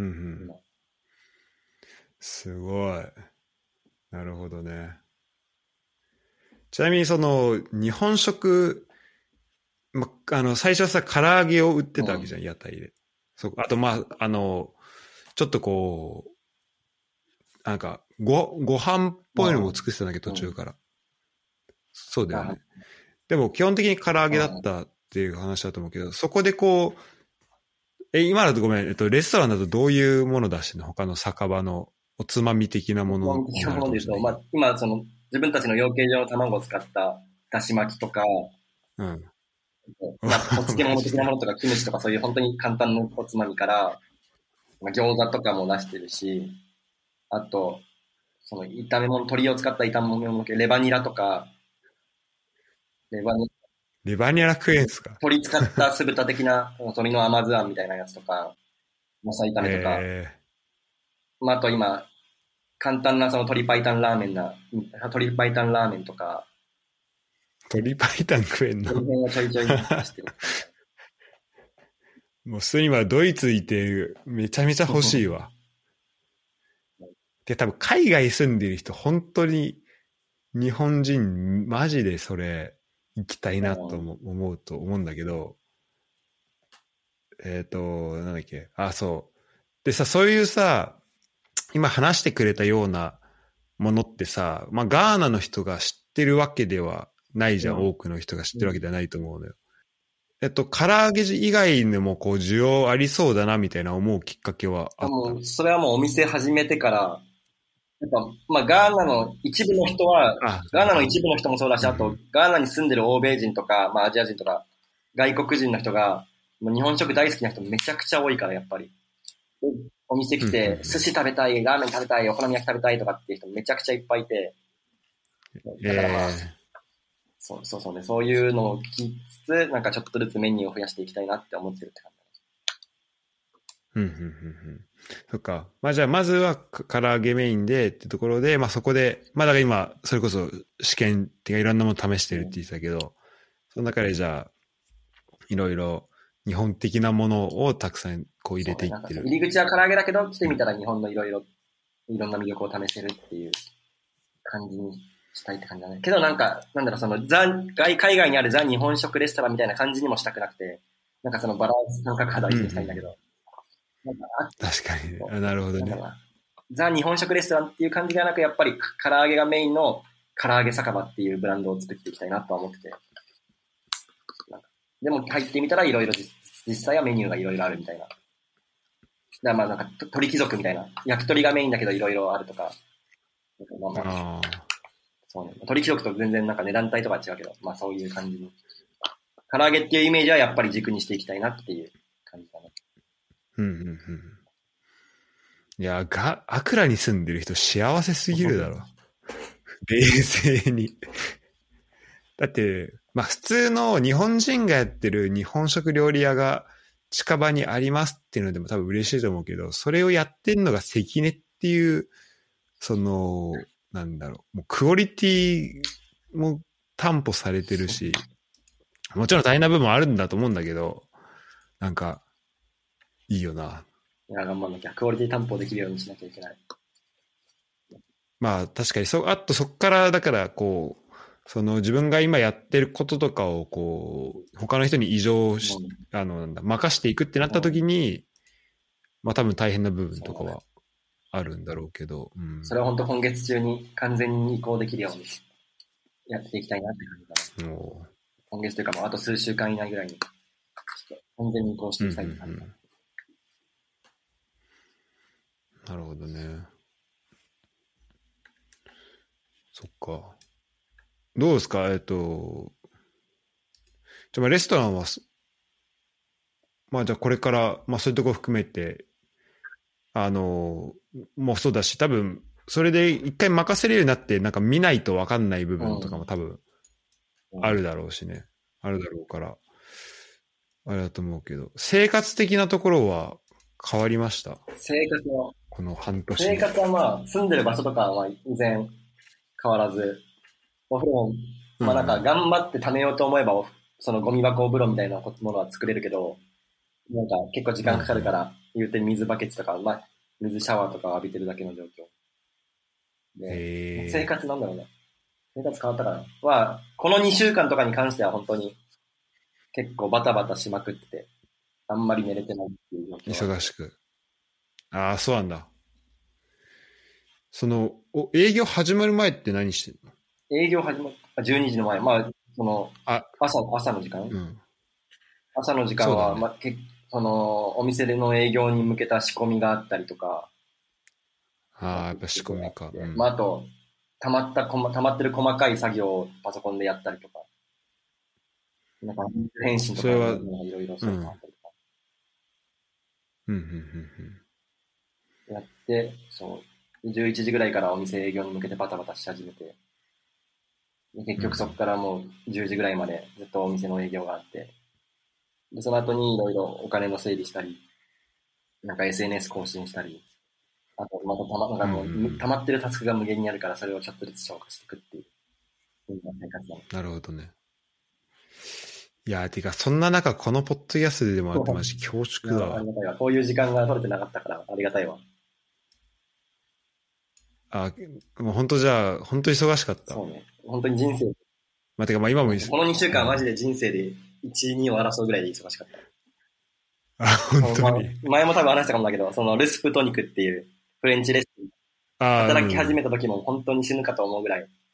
すごい。なるほどね。ちなみにその日本食、ま、あの最初さ唐揚げを売ってたわけじゃん、うん、屋台で。そあとまああのちょっとこうなんかごご飯っぽいのも作ってたんだけど、途中から、うん、そうだよね。でも基本的に唐揚げだったっていう話だと思うけど、そこでこうえ今だとごめん、えっとレストランだとどういうもの出してるの？他の酒場のおつまみ的なもの。 おつまみ的なもので言うと、まあ今その自分たちの養鶏場の卵を使っただし巻きとか、うん、まあ、お漬物的なものとかキムチとかそういう本当に簡単なおつまみから、まあ、餃子とかも出してるし、あとその炒め物、鶏を使った炒め物系、レバニラとか、 レバニラレバニラ食えんすか？ 鶏使った酢豚的な鶏の甘酢あんみたいなやつとか、野菜炒めとか、まあ、あと今簡単なその鶏白湯ラーメンな、鶏白湯ラーメンとか。 鶏白湯食えんの？ 鶏白湯ちょいちょい出してる。 もう普通に今ドイツいてめちゃめちゃ欲しいわ。で、多分海外住んでる人本当に日本人マジでそれ行きたいなと思うと思うんだけど、えっと、なんだっけ、あ、そう。でさ、そういうさ、今話してくれたようなものってさ、まあ、ガーナの人が知ってるわけではないじゃん、 うん、 多くの人が知ってるわけではないと思うのよ。えっと、唐揚げ以外でもこう需要ありそうだなみたいな思うきっかけはあった？ もう、それはもうお店始めてから、なんか、まあ、ガーナの一部の人は、 あ、 ガーナの一部の人もそうだし、あと、 うん、 ガーナに住んでる欧米人とか、まあ、アジア人とか、外国人の人が、もう日本食大好きな人めちゃくちゃ多いから、やっぱり。でお店来うん、うん、うて、 ん。 寿司食べたい、ラーメン食べたい、お好み焼き食べたいとかっていう人めちゃくちゃいっぱいいて、だからまあ、 えそうそうそうね、そういうのを聞きつつ、なんかちょっとずつメニューを増やしていきたいなって思ってるって感ー、うん、うん、うん、うん。そっか。まあじゃあ、まずはか唐揚げメインでってところで、まあそこで、まあだから今、それこそ試験っていうかいろんなもの試してるって言ってたけど、その中でじゃあ、いろいろ日本的なものをたくさんこうじ。 入れそうね、なんていってる。 か入り口は唐揚げだけど、来てみたら日本のいろいろ、いろんな魅力を試せるっていう感じにしたいって感じだね。けどなんか、なんだろう、そのザ、海外にあるザ日本食レストランみたいな感じにもしたくなくて、なんかそのバランス感覚が大事にしたいんだけど、うんうん、なんか確かにね。 ああ、なるほどね。 なんだろうな、ザ日本食レストランっていう感じではなく、やっぱり唐揚げがメインの唐揚げ酒場っていうブランドを作っていきたいなとは思ってて。なんかでも入ってみたらいろいろ実際はメニューがいろいろあるみたいな。だからまあなんか鳥貴族みたいな。焼き鳥がメインだけどいろいろあるとか。まあまあ、 ああ。 そうね。鳥貴族と全然なんか値段帯とか違うけど、まあそういう感じに。唐揚げっていうイメージはやっぱり軸にしていきたいなっていう感じだね。 うんうんうん。いや、が、アクラに住んでる人幸せすぎるだろ。冷静に。だって、まあ普通の日本人がやってる日本食料理屋が近場にありますっていうのでも多分嬉しいと思うけど、それをやってんのが関根っていう、その、なんだろう、もうクオリティも担保されてるし、もちろん大変な部分もあるんだと思うんだけど、なんか、いいよな。 いや、頑張んなきゃ。クオリティ担保できるようにしなきゃいけない。 まあ確かにそ、あとそっからだからこう、その自分が今やってることとかをこう、他の人に異常し、 うん、 あの、なんだ、任していくってなった時に、まあ多分大変な部分とかはあるんだろうけど、うん。 それは本当今月中に完全に移行できるようにやっていきたいなって感じだね。 おー、 今月というかもうあと数週間以内ぐらいに完全に移行していきたいって感じだね。 なるほどね。そっか。どうですかえっと、じゃあまあレストランは、まあじゃあこれから、まあそういうところ含めて、あの、もうそうだし、多分、それで一回任せるようになって、なんか見ないと分かんない部分とかも多分あるだろうしね。あるだろうから、あれだと思うけど、生活的なところは変わりました？ 生活は、 この半年生で。 活はまあ、住んでる場所とかは依然変わらず、お風呂も、まあなんか頑張って貯めようと思えば、そのゴミ箱お風呂みたいなものは作れるけど、なんか結構時間かかるから、言うて水バケツとか、まあ、水シャワーとか浴びてるだけの状況。で、生活なんだろうね。生活変わったかなは、このにしゅうかんとかに関しては本当に結構バタバタしまくってて、あんまり寝れてないっていう状況は。 忙しく。ああ、そうなんだ。その、お営業始まる前って何してるの？ 営業始まったじゅうにじの前、まあ、その、 あ、 朝、朝の時間、 うん。 朝の時間は、 そうだね。 まあ、けその、お店での営業に向けた仕込みがあったりとか、 ああ、やっぱ仕込みか。うん。 まあ、あと、溜まったこま、溜まってる細かい作業をパソコンでやったりとか、なんか、返信とかいそれは、 ろいろそういうのあったりとか。 うん、うん、うん、 うん。やって、そう、じゅういちじぐらいからお店営業に向けてバタバタし始めて、で結局そこからもうじゅうじぐらいまでずっとお店の営業があって、でその後にいろいろお金の整理したり、なんか エスエヌエス 更新したり、あとまたたま、なんかもう、うんうん、溜まってるタスクが無限にあるから、それをちょっとずつ消化していくっていう、そういう生活だね。 なるほどね。いやー、てか、そんな中、このポッドキャストでもあって、マジ恐縮だわ。 ありがたいわ。こういう時間が取れてなかったから、ありがたいわ。 あ、もう本当じゃあ、本当忙しかった。 そうね。本当に人生。 まあ、てか、まあ今も、 このにしゅうかんはマジで人生でいち、にを争うぐらいで忙しかった。 あ、本当に。 前も多分話したかもだけど、そのルスプトニクっていうフレンチレストラン、働き始めた時も本当に死ぬかと思うぐらい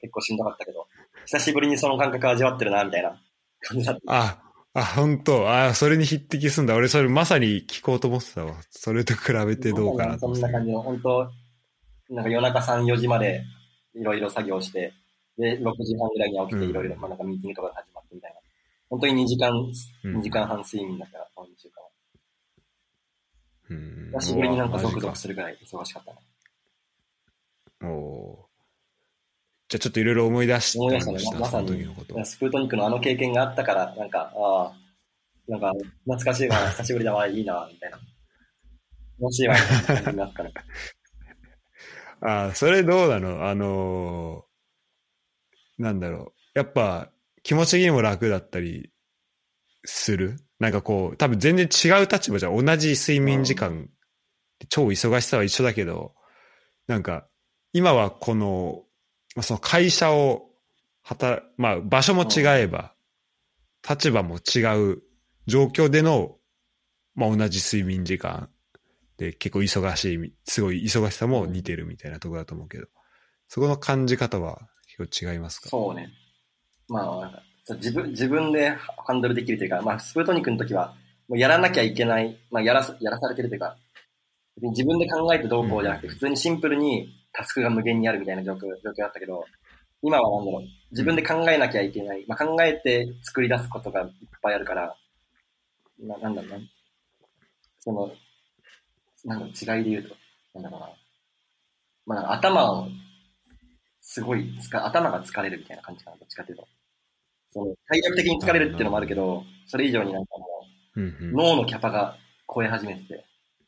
結構しんどかったけど、久しぶりにその感覚味わってるな、みたいな感じだった。 あ、あ、本当あ、それに匹敵すんだ。俺それまさに聞こうと思ってたわ。それと比べてどうかなとそ思ってたけど。 んな感じの、本当なんか夜中さん、よじまでいろいろ作業して、で、ろくじはんぐらいに起きていろいろ、まあなんかミーティングとかが始まってみたいな。本当ににじかん、にじかんはん睡眠だったから、このにしゅうかんは。 うん、 久しぶりになんかゾクゾクするぐらい忙しかったな。おじゃあちょっといろいろ思い出して思い出したね、ままさに。スプートニクのあの経験があったから、なんか、ああ、なんか懐かしいわ、久しぶりだわ、いいな、みたいな。楽しいわ、みたいな感じになったから。 ああ、それどうなのあのー、なんだろう。やっぱ気持ち的にも楽だったりするなんかこう、多分全然違う立場じゃ同じ睡眠時間、うん、超忙しさは一緒だけど、なんか今はこの、その会社を働、まあ場所も違えば、うん、立場も違う状況での、まあ同じ睡眠時間で結構忙しい、すごい忙しさも似てるみたいなところだと思うけど、そこの感じ方は結構違いますか？ そうね。まあ、自分、自分でハンドルできるというか、まあ、スプートニクの時は、もうやらなきゃいけない、まあ、やらす、やらされてるというか、自分で考えてどうこうじゃなくて、うん、普通にシンプルにタスクが無限にあるみたいな状況、状況だったけど、今はなんだろう、自分で考えなきゃいけない、まあ、考えて作り出すことがいっぱいあるから、な、なんだろうな、その、なんだろう、違いで言うと、なんだろうな、まあ、頭を、すごいつか、頭が疲れるみたいな感じかな、どっちかというと。その体力的に疲れるっていうのもあるけど、それ以上になんかもう、うんうん、脳のキャパが超え始めてて、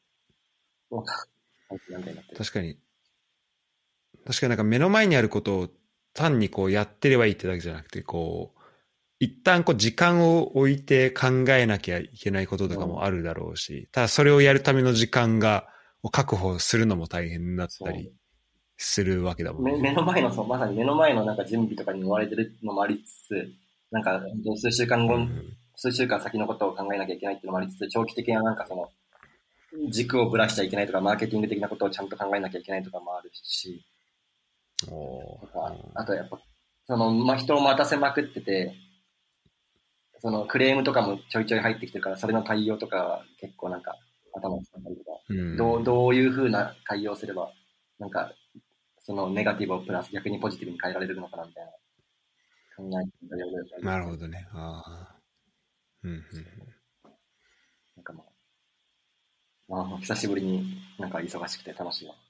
確かに、確かになんか目の前にあることを単にこうやってればいいってだけじゃなくて、こう、一旦こう時間を置いて考えなきゃいけないこととかもあるだろうし、うん、ただそれをやるための時間が、を確保するのも大変だったりするわけだもんね。 目の前の、そう、まさに目の前のなんか準備とかに追われてるのもありつつ、なんか数週間後、うん、数週間先のことを考えなきゃいけないっていうのもありつつ、長期的ななんかその、軸をぶらしちゃいけないとか、マーケティング的なことをちゃんと考えなきゃいけないとかもあるし、 おあとやっぱ、その、まあ、人を待たせまくってて、そのクレームとかもちょいちょい入ってきてるから、それの対応とか結構なんか頭を使ったりとか、うん、どう、どういう風な対応すれば、なんか、そのネガティブをプラス逆にポジティブに変えられるのかなみたいな考えてたようで。 なるほどね。ああ。うんうん。 なんかまあ、まあ、久しぶりになんか忙しくて楽しいわ。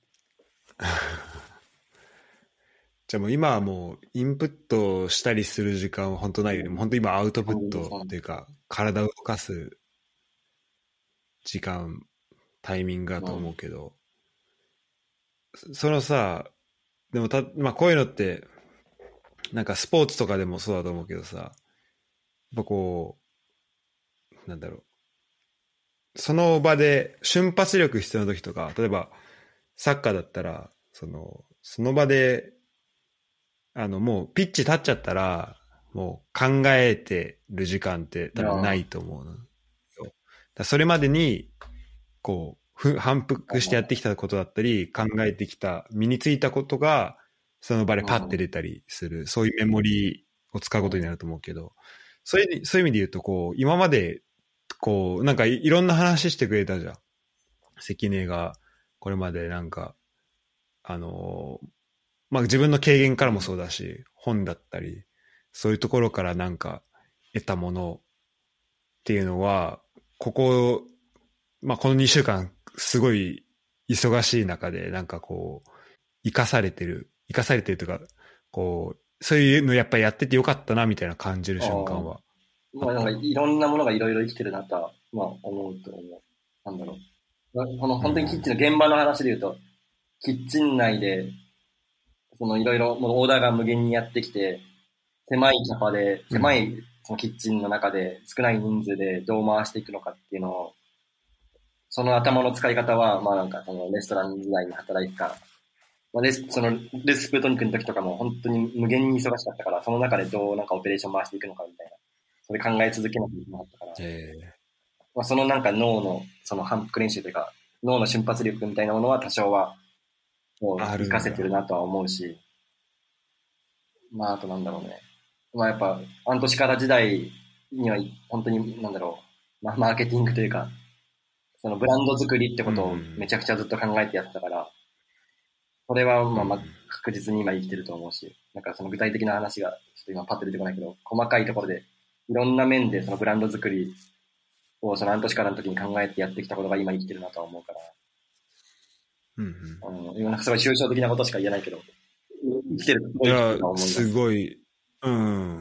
じゃあもう今はもうインプットしたりする時間は本当ないよね。もう本当今アウトプットっていうか、体を動かす時間、タイミングだと思うけど、うん、そのさ、でもた、まあこういうのって、なんかスポーツとかでもそうだと思うけどさ、やっぱこう、なんだろう。その場で瞬発力必要な時とか、例えばサッカーだったら、その、その場で、あの、もうピッチ立っちゃったら、もう考えてる時間って多分ないと思うのよ。だそれまでに、こう、反復してやってきたことだったり、考えてきた、身についたことが、その場でパッて出たりする、そういうメモリを使うことになると思うけど、そういう、そういう意味で言うと、こう、今まで、こう、なんかいろんな話してくれたじゃん。関根が、これまでなんか、あのー、まあ自分の経験からもそうだし、本だったり、そういうところからなんか得たものっていうのは、ここ、まあこのにしゅうかん、すごい忙しい中で、なんかこう、生かされてる、生かされてるというか、こう、そういうのやっぱりやっててよかったなみたいな感じる瞬間は。 まあなんかいろんなものがいろいろ生きてるなとは、まあ思うと思う。なんだろう。この本当にキッチンの現場の話で言うと、キッチン内で、そのいろいろもうオーダーが無限にやってきて、狭いキャパで、狭いそのキッチンの中で少ない人数でどう回していくのかっていうのを、その頭の使い方は、まあなんかそのレストラン時代に働いてた、まあ、レスそのレスプートニクの時とかも本当に無限に忙しかったから、その中でどうなんかオペレーション回していくのかみたいな、それ考え続けなきゃいけなかったから、えーまあ、そのなんか脳のその反復練習というか、脳の瞬発力みたいなものは多少はもう活かせてるなとは思うし、 まあ、あとなんだろうね。まあ、やっぱ、アントシカラ時代には、本当に、なんだろう、まあ、マーケティングというか、そのブランド作りってことをめちゃくちゃずっと考えてやってたから、それは、まあ、まあ、確実に今生きてると思うし、なんかその具体的な話が、ちょっと今パッと出てこないけど、細かいところで、いろんな面でそのブランド作りをそのアントシカラの時に考えてやってきたことが今生きてるなとは思うから、 うんうん。 うん、なんかすごい抽象的なことしか言えないけど、生きてるといや、 思います。 すごい、うん。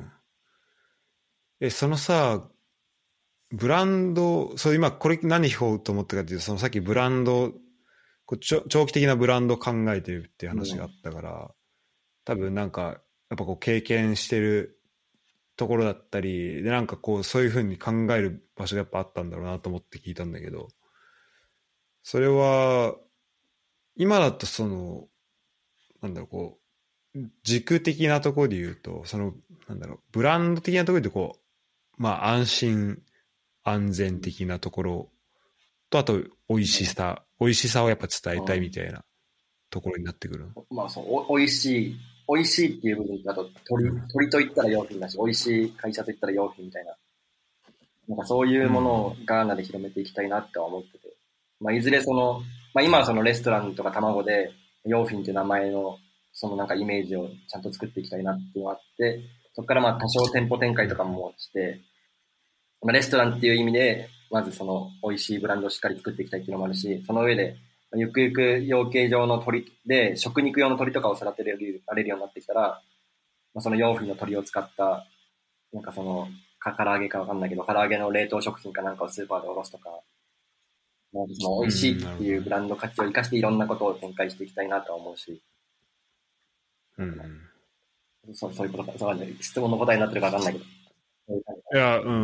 え、そのさ、ブランド、そう今これ何聞こうと思ったかっていうと、そのさっきブランド、こう長長期的なブランドを考えてるっていう話があったから、うん、多分なんか、やっぱこう経験してるところだったり、でなんかこうそういうふうに考える場所がやっぱあったんだろうなと思って聞いたんだけど、それは、今だとその、なんだろう、こう、軸的なところで言うと、その、なんだろう、ブランド的なところでこう、まあ安心、安全的なところと、あと美味しさ、美味しさをやっぱ伝えたいみたいなところになってくる。 まあそう、お美味しい、美味しいっていう部分だと、鳥、鳥と言ったら用品だし、美味しい会社と言ったら用品みたいな、なんかそういうものをガーナで広めていきたいなって思ってて、まあいずれその、まあ今はそのレストランとか卵で、用品っていう名前の、そのなんかイメージをちゃんと作っていきたいなっていうのがあって、そこからまあ多少店舗展開とかもして、まあ、レストランっていう意味で、まずその美味しいブランドをしっかり作っていきたいっていうのもあるし、その上で、ゆくゆく養鶏場の鳥で食肉用の鳥とかを育てられるようになってきたら、まあ、その養鶏の鳥を使った、なんかその、か、唐揚げかわかんないけど、唐揚げの冷凍食品かなんかをスーパーでおろすとか、まあ、その美味しいっていうブランド価値を生かしていろんなことを展開していきたいなとは思うし、 うんうん、 そう、そういうことか、そうね、質問の答えになってるかわかんないけど。 いや、うん。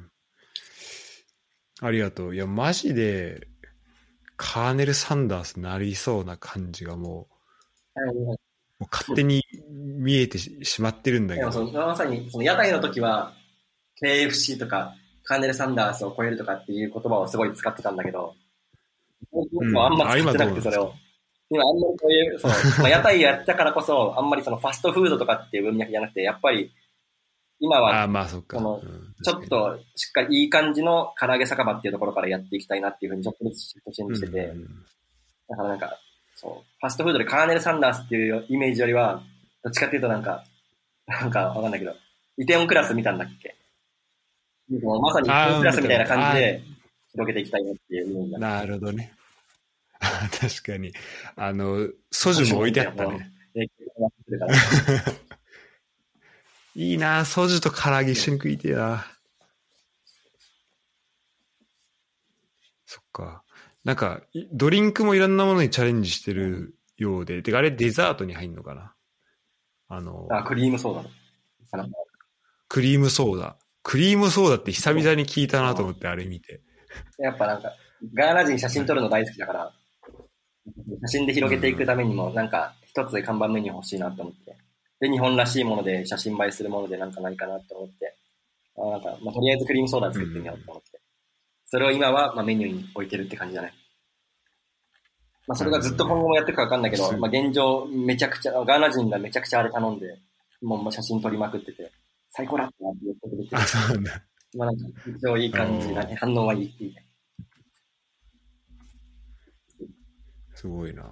ありがとう。いや、マジで、カーネル・サンダースなりそうな感じがもう、はい、もう勝手に見えて し, しまってるんだけど。 でもそのまさに、その屋台の時は、ケーエフシー とか、カーネル・サンダースを超えるとかっていう言葉をすごい使ってたんだけど、僕もあんま使ってなくて、それを。今あんまりこういう、その、まあ、屋台やったからこそ、あんまりそのファストフードとかっていう文脈じゃなくて、やっぱり、今は、 あまあそっか、 その、ちょっとしっかりいい感じの唐揚げ酒場っていうところからやっていきたいなっていうふうにちょっとずつシフトチェンジしてて、だからなんか、そう、ファストフードでカーネル・サンダースっていうイメージよりは、どっちかっていうとなんか、なんかわかんないけど、イテオンクラス見たんだっけ？まさにイテオンクラスみたいな感じで広げていきたいなっていうイメージ。 なるほどね。確かに。あの、ソジュも置いてあったね。いいな、ソジュと唐揚げ一緒に食いてえな。そっか。なんか、ドリンクもいろんなものにチャレンジしてるようで、うん、てかあれデザートに入んのかな？あの、 あ、クリームソーダ。 クリームソーダ。クリームソーダって久々に聞いたなと思って、あれ見て。 やっぱなんか、ガーナ人写真撮るの大好きだから、写真で広げていくためにも、なんか一つ看板メニュー欲しいなと思って。で、日本らしいもので写真映えするものでなんかないかなと思って、あなんか、まあ、とりあえずクリームソーダ作ってみようと思って。うん、それを今は、まあ、メニューに置いてるって感じだね。まあ、それがずっと今後もやっていくかわかんないけど、まあ、現状めちゃくちゃ、ガーナ人がめちゃくちゃあれ頼んで、もう写真撮りまくってて、最高だったなって言ってくれて。あ、そうなんだ。まあ、なんか、一応いい感じだね。反応はいい。いいね。 すごいな。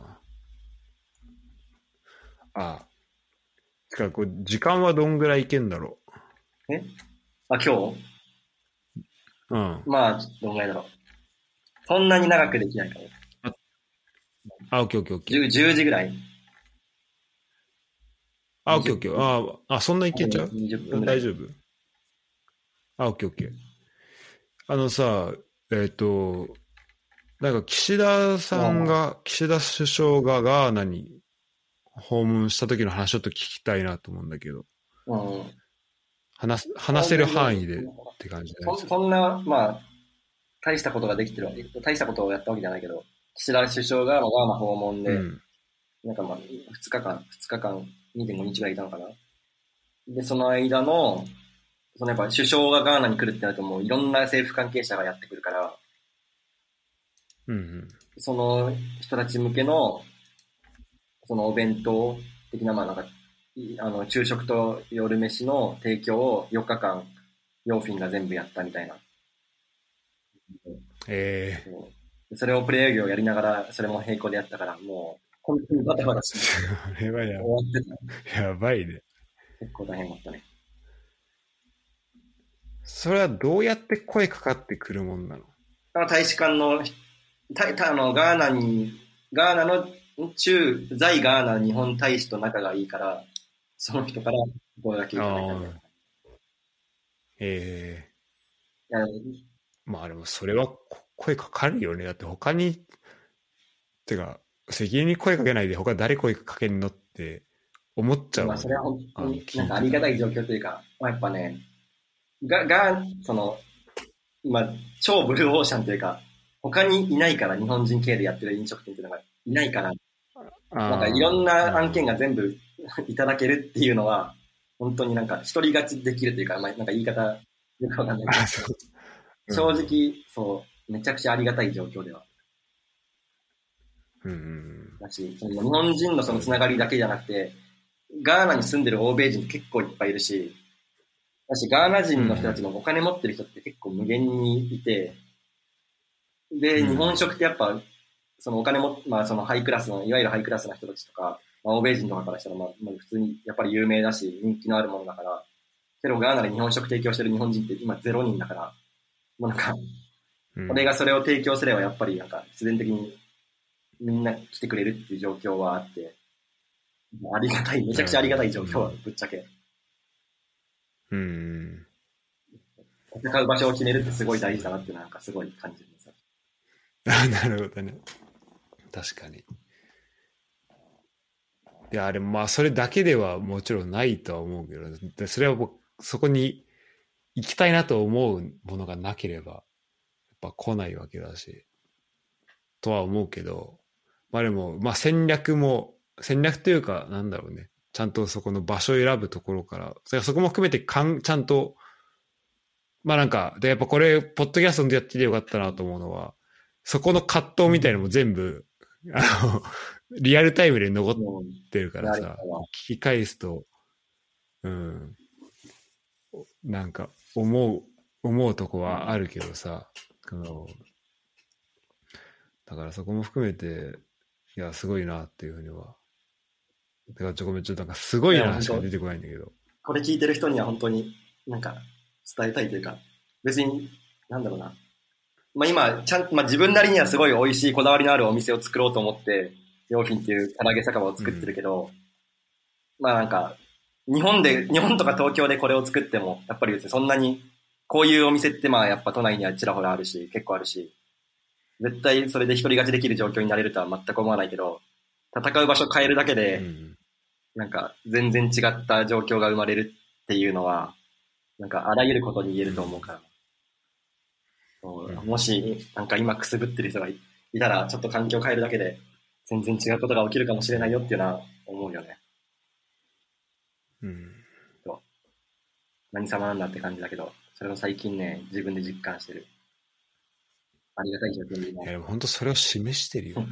あ、つか、こう、時間はどんぐらいいけんだろう。えあ、今日うん。 まあ、どんぐらいだろう。そんなに長くできないかも。 あ、あ、オッケーオッケーオッケー。じゅうじぐらいあ、オッケーオッケー。あ、あ、そんないけちゃう？ にじゅっぷん大丈夫？あ、オッケーオッケー。あのさ、えっ、ー、と、なんか岸田さんが、岸田首相がガーナに訪問した時の話ちょっと聞きたいなと思うんだけど。 うん。 話、話せる範囲でって感じじゃないですか。 そんな、まあ、大したことができてるわけ、大したことをやったわけじゃないけど、岸田首相がガーナ訪問で、うん、なんかまあ、ふつかかん、ふつかかん、にてんごにちぐらいいたのかな。で、その間の、そのやっぱ首相がガーナに来るってなるともういろんな政府関係者がやってくるから、 うんうん、 その人たち向けの、そのお弁当的な、まあなんか、 あの、昼食と夜飯の提供をよっかかん、ヨーフィンが全部やったみたいな。 ええー、それをプレイ業やりながら、それも並行でやったから、もう、本当にバタバタして、 それはや終わってやばいね。 た。結構大変だったね。 それはどうやって声かかってくるもんなの？ あの大使館の、たたあのガーナに、ガーナの中、在ガーナ日本大使と仲がいいから、その人から声がけいただいたんだよ。 えいや、 えー、まあでもそれは声かかるよね。だって他に、てか、責任に声かけないで他誰声かけんのって思っちゃうもん。 まあそれは本当にあなんかありがたい状況というか、まあ、やっぱね、が、が、その、今、超ブルーオーシャンというか、他にいないから、日本人系でやってる飲食店っていうのがいないから、なんかいろんな案件が全部いただけるっていうのは、本当になんか一人勝ちできるというか、まあ、なんか言い方、よくわかんないけど、正直、そう、めちゃくちゃありがたい状況では。 うんうん、 だし、その日本人のそのつながりだけじゃなくて、ガーナに住んでる欧米人結構いっぱいいるし、だし、ガーナ人の人たちもお金持ってる人って結構無限にいて、で、日本食ってやっぱ、そのお金も、まあそのハイクラスの、いわゆるハイクラスな人たちとか、まあ、欧米人とかからしたら、まあ、まあ、普通にやっぱり有名だし、人気のあるものだから、けどガーナで日本食提供してる日本人って今ゼロにんだから、もうなんか、俺がそれを提供すればやっぱりなんか必然的にみんな来てくれるっていう状況はあって、ありがたい、めちゃくちゃありがたい状況はぶっちゃけ。 うん。 戦う場所を決めるってすごい大事だなってなんかすごい感じるんですよ。 あ、なるほどね。確かに。いや、あれ、まあ、それだけではもちろんないとは思うけど、でそれは僕、そこに行きたいなと思うものがなければ、やっぱ来ないわけだし、とは思うけど、まあでも、まあ戦略も、戦略というか、なんだろうね、ちゃんとそこの場所を選ぶところから、それそこも含めてかん、ちゃんと、まあなんか、で、やっぱこれ、ポッドキャストでやっててよかったなと思うのは、そこの葛藤みたいなのも全部、あの、リアルタイムで残ってるからさ、聞き返すと、うん、なんか、思う、思うとこはあるけどさ、あの、だからそこも含めて、いや、すごいなっていうふうには。だからちょ、ごめん、ちょっとなんかすごいなしか出てこないんだけど。 これ聞いてる人には本当になんか伝えたいというか、別に、なんだろうな。まあ今、ちゃんと、まあ自分なりにはすごい美味しいこだわりのあるお店を作ろうと思って、ヨーフィンっていう唐揚げ酒場を作ってるけど、うん、まあなんか、日本で、日本とか東京でこれを作っても、やっぱり別にそんなに、こういうお店ってまあやっぱ都内にはちらほらあるし、結構あるし、絶対それで一人勝ちできる状況になれるとは全く思わないけど、戦う場所変えるだけで、うん、なんか全然違った状況が生まれるっていうのは、なんかあらゆることに言えると思うから。うん、もし、なんか今くすぶってる人がいたら、ちょっと環境を変えるだけで、全然違うことが起きるかもしれないよっていうのは思うよね。 うん。 何様なんだって感じだけど、それを最近ね、自分で実感してる。ありがたい状況にね。 いや、でも本当それを示してるよね。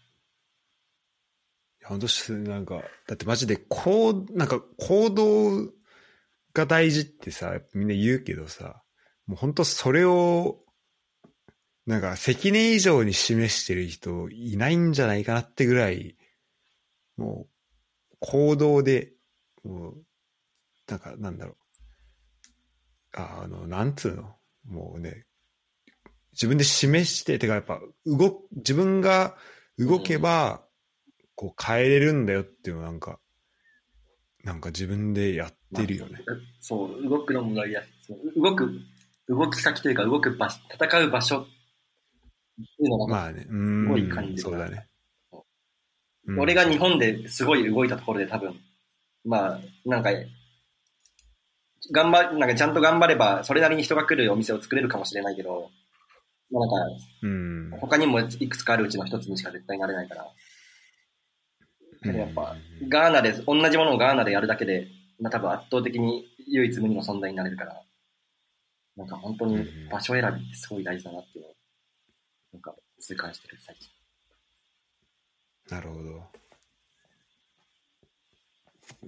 本当なんか、だってマジで、こう、なんか行動が大事ってさ、みんな言うけどさ、もう本当それを、なんか関根以上に示してる人いないんじゃないかなってぐらい、もう行動で、もう、なんかなんだろう。あ、あの、なんつうのもうね、自分で示して、てかやっぱ動、自分が動けば、こう変えれるんだよっていうのなんか、なんか自分でやってるよね。 まあ、そう、動くのもやりやすい。動く、動き先というか動く場所、戦う場所っていうのが、 まあね、うすごい感じる。 そうだね。 俺が日本ですごい動いたところで多分、まあ、なんか、頑張、なんかちゃんと頑張れば、それなりに人が来るお店を作れるかもしれないけど、まあ、なんか、うん、他にもいくつかあるうちの一つにしか絶対なれないから。うん、やっぱ、ガーナで、同じものをガーナでやるだけで、まあ多分圧倒的に唯一無二の存在になれるから、なんか本当に場所選びってすごい大事だなっていうのを、なんか痛感してる最近。 なるほど。 まあ、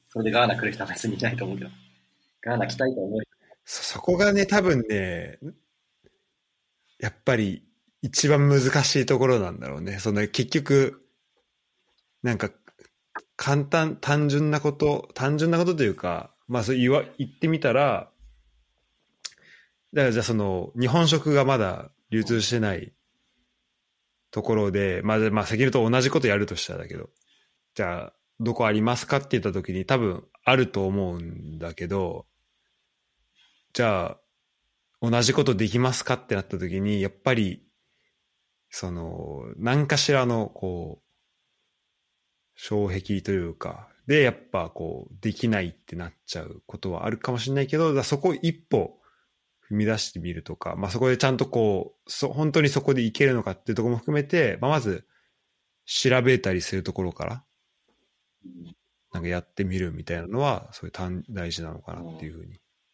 それでガーナ来る人は別にいないと思うけど。ガーナ来たいと思う。 そ、そこがね、多分ね、やっぱり一番難しいところなんだろうね。その結局、なんか、簡単、単純なこと、単純なことというか、まあそう言わ、言ってみたら、だからじゃあその、日本食がまだ流通してないところで、まあ、まあ、先ほどと同じことやるとしたらだけど、じゃあ、どこありますかって言ったときに多分あると思うんだけど、じゃあ、同じことできますかってなったときに、やっぱり、その、何かしらの、こう、障壁というか、で、やっぱこう、できないってなっちゃうことはあるかもしれないけど、だそこを一歩踏み出してみるとか、まあそこでちゃんとこう、そ本当にそこでいけるのかっていうところも含めて、まあまず、調べたりするところから、なんかやってみるみたいなのは、そういう単大事なのかなっていうふうに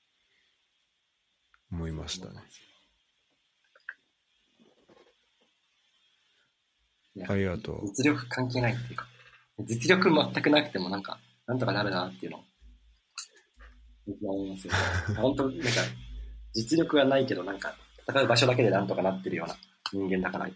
思いましたね。ありがとう。 実力関係ないっていうか、実力全くなくてもなんか、なんとかなるなっていうのを、思いますよ。本当、なんか、実力はないけど、なんか、戦う場所だけでなんとかなってるような人間だから。い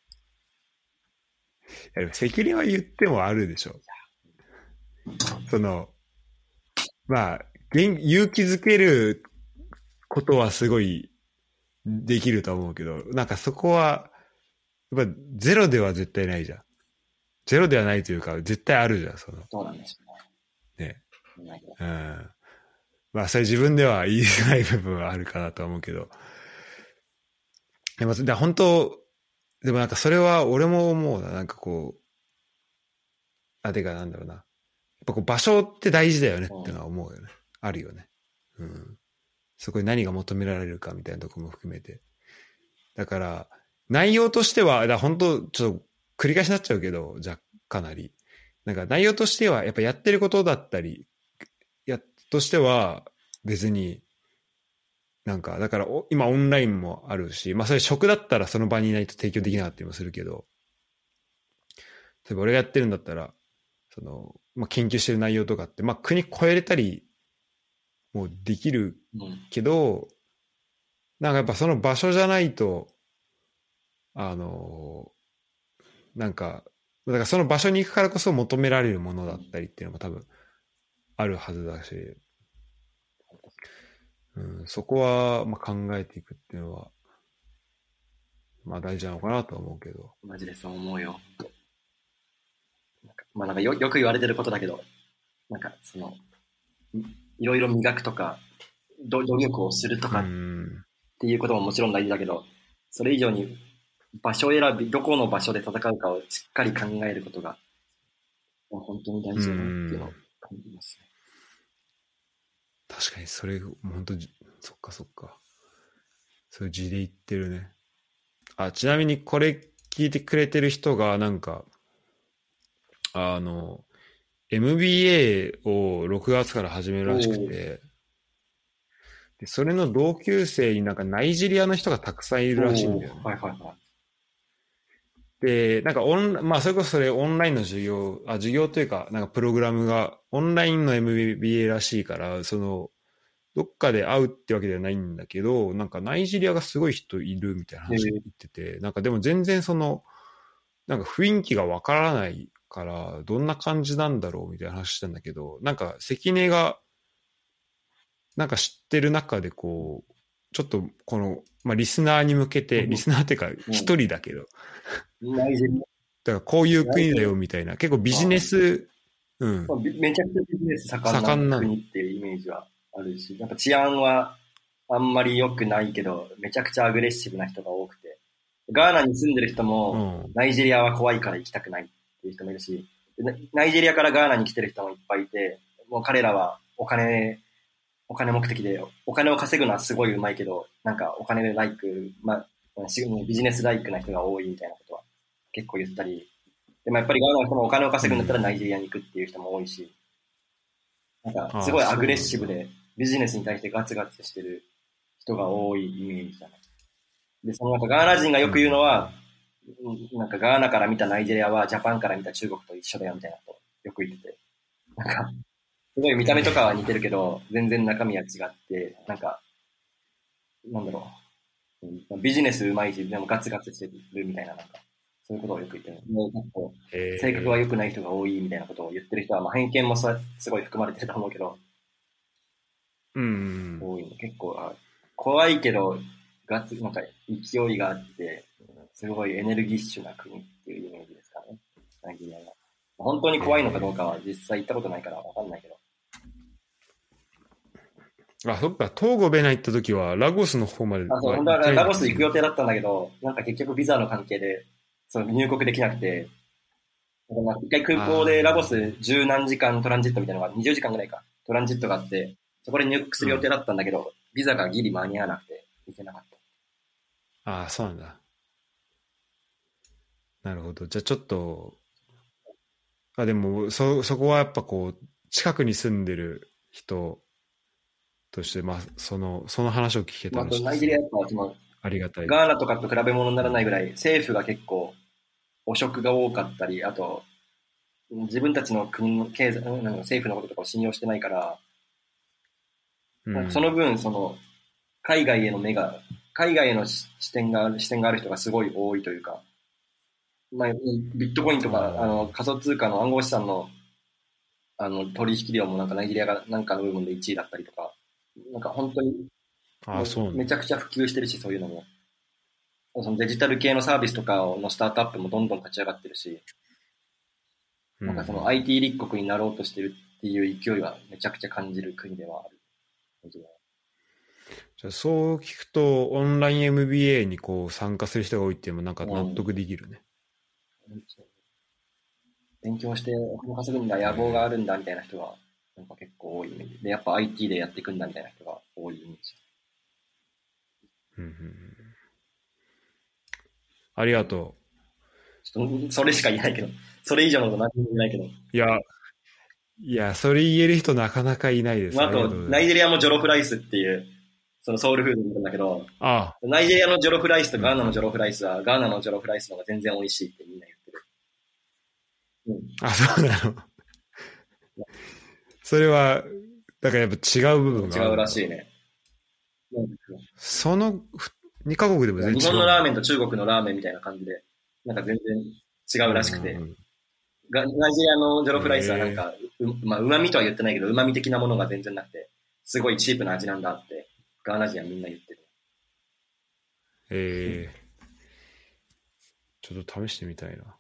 や責任は言ってもあるでしょ。その、まあ、勇気づけることはすごいできると思うけど、なんかそこは、やっぱゼロでは絶対ないじゃん。ゼロではないというか、絶対あるじゃん、その。 そうなんですよね。ね。うん。まあ、それ自分では言いづらい部分はあるかなと思うけど。でも、で本当、でもなんかそれは俺も思うな。なんかこう、あ、てかなんだろうな。やっぱこう場所って大事だよねってのは思うよね。あるよね。うん。そこに何が求められるかみたいなところも含めて。だから、内容としては、だ本当ちょっと繰り返しになっちゃうけど、じゃかなり。なんか内容としては、やっぱやってることだったり、や、としては別に、なんか、だから今オンラインもあるし、まあそれ職だったらその場にいないと提供できなかったりもするけど、例えば俺がやってるんだったら、その、まあ研究してる内容とかって、まあ国超えれたりもできるけど、うん、なんかやっぱその場所じゃないと、あの、なんか、だからその場所に行くからこそ求められるものだったりっていうのも多分あるはずだし、うん、そこはまあ考えていくっていうのは、まあ大事なのかなとは思うけど。 マジでそう思うよ。なんかまあなんか よ, よく言われてることだけど、なんかその、いろいろ磨くとか、努力をするとかっていうことももちろん大事だけど、それ以上に場所選び、どこの場所で戦うかをしっかり考えることが、本当に大事だなっていうのを感じますね。 確かにそれ、本当、そっかそっか。そういう字で言ってるね。あ、ちなみにこれ聞いてくれてる人が、なんか、あの、エムビーエー をろくがつから始めるらしくて、でそれの同級生になんかナイジェリアの人がたくさんいるらしいんだよね。 はいはいはい。 で、なんかオン、まあそれこそそれオンラインの授業、あ、授業というか、なんかプログラムがオンラインの エムビーエー らしいから、その、どっかで会うってわけではないんだけど、なんかナイジェリアがすごい人いるみたいな話言ってて、なんかでも全然その、なんか雰囲気がわからないから、どんな感じなんだろうみたいな話したんだけど、なんか関根が、なんか知ってる中でこう、ちょっとこの、まあリスナーに向けて、リスナーっていうか一人だけど、 ナイジェリア。 だからこういう国だよみたいな、結構ビジネス、うん。 めちゃくちゃビジネス盛んな国っていうイメージはあるし、なんか治安はあんまり良くないけど、めちゃくちゃアグレッシブな人が多くて、ガーナに住んでる人も、ナイジェリアは怖いから行きたくないっていう人もいるし、ナイジェリアからガーナに来てる人もいっぱいいて、もう彼らはお金、お金目的で、お金を稼ぐのはすごい上手いけど、なんかお金ライク、まあ、ビジネスライクな人が多いみたいなことは結構言ったり、でもやっぱりガーナの人もお金を稼ぐんだったらナイジェリアに行くっていう人も多いし、なんかすごいアグレッシブでビジネスに対してガツガツしてる人が多いイメージだね。で、そのなんかガーナ人がよく言うのは、うん、なんかガーナから見たナイジェリアはジャパンから見た中国と一緒だよみたいなことよく言ってて、なんかすごい見た目とかは似てるけど、全然中身は違って、なんか、なんだろう。ビジネスうまいし、でもガツガツしてるみたいな、なんか、そういうことをよく言ってる。もう結構性格は良くない人が多いみたいなことを言ってる人は、まあ、偏見もさすごい含まれてると思うけど、 うん。 多いの結構あ、怖いけど、ガツ、なんか勢いがあって、すごいエネルギッシュな国っていうイメージですかね。ナイジェリアが。本当に怖いのかどうかは実際行ったことないからわかんないけど。 あ、そっか、トーゴベナ行った時は、ラゴスの方まで。 あ、そう、だからラゴス行く予定だったんだけど、なんか結局ビザの関係で、その入国できなくて、一回空港でラゴス十何時間トランジットみたいなのがにじゅうじかんぐらいか、トランジットがあって、そこで入国する予定だったんだけど、うん、ビザがギリ間に合わなくて行けなかった。 ああ、そうなんだ。なるほど。じゃあちょっと、あ、でも、そ、そこはやっぱこう、近くに住んでる人として、まあ、その、その話を聞けたら、まあ、ナイジェリアやっぱその、 ありがたい。 ガーナとかと比べ物にならないぐらい、政府が結構、汚職が多かったり、あと、自分たちの国の経済、政府のこととかを信用してないから、うん、その分、その、海外への目が、海外への視点がある、視点がある人がすごい多いというか、まあ、ビットコインとか、あの、仮想通貨の暗号資産の、あの、取引量もなんかナイジェリアがなんかの部分でいちいだったりとか、なんか本当に、 あ、そうめちゃくちゃ普及してるし、そういうのも。そのデジタル系のサービスとかのスタートアップもどんどん立ち上がってるし、なんかその アイティー 立国になろうとしてるっていう勢いはめちゃくちゃ感じる国ではある。 じゃあそう聞くと、オンライン エムビーエー にこう参加する人が多いっていうのもなんか納得できるね。 うん、勉強してお金稼ぐんだ、野望があるんだみたいな人がなんか結構多いイメージで、やっぱ アイティー でやっていくんだみたいな人が多いイメージ。 うんうん、ありがとう。ちょっとそれしか言えないけど、それ以上のこと何も言えないけど。 いや、いや、それ言える人なかなかいないです。 まあ、あと、ナイジェリアもジョロフライスっていう、そのソウルフードなんだけど、 ああ、 ナイジェリアのジョロフライスとガーナのジョロフライスは、うん、ガーナのジョロフライスの方が全然美味しいってみんな言ってる。 うん、あ、そうなの。それは、だからやっぱ違う部分がある。 違うらしいね。 そのにカ国でも全然違う。 日本のラーメンと中国のラーメンみたいな感じで、なんか全然違うらしくて。うんうん、ナイジェリアのジョロフライスはなんか、うまあ、旨味とは言ってないけど、旨味的なものが全然なくて、すごいチープな味なんだって、ガーナ人はみんな言ってる。 えー、ちょっと試してみたいな。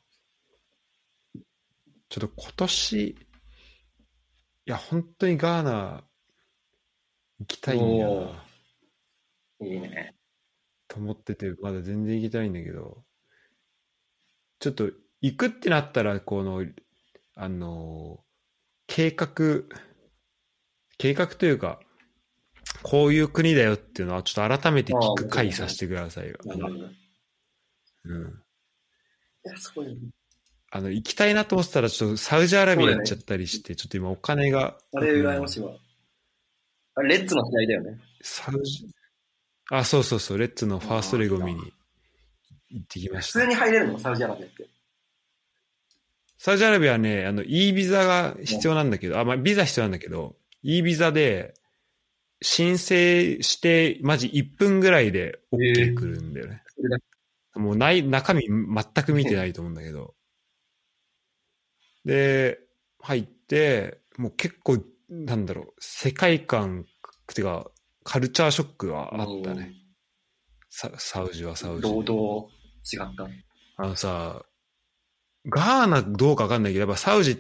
ちょっと今年、いや、本当にガーナ行きたいんだよな。いいね。 と思ってて、まだ全然行きたいんだけど、ちょっと行くってなったら、この、あの、計画、計画というか、こういう国だよっていうのは、ちょっと改めて聞く会させてくださいよ。うん。いや、すごいね。あの、行きたいなと思ってたら、ちょっとサウジアラビア行っちゃったりして、ね、ちょっと今お金が。 あれ、羨ましいわ。あれ、レッツの試合だよね。 サウジ、あ、そうそうそう、レッツのファーストレゴ見に行ってきました。 普通に入れるのサウジアラビアって。 サウジアラビアはね、あの、E ビザが必要なんだけど、あ、まあ、ビザ必要なんだけど、E ビザで申請して、マジいっぷんぐらいで OK 来るんだよね。えー、もうない、中身全く見てないと思うんだけど。で、入って、もう結構、なんだろう、世界観、っていうか、カルチャーショックはあったね。サ, サウジはサウジ。 堂々違った。 あのさ、ガーナどうかわかんないけど、やっぱサウジって、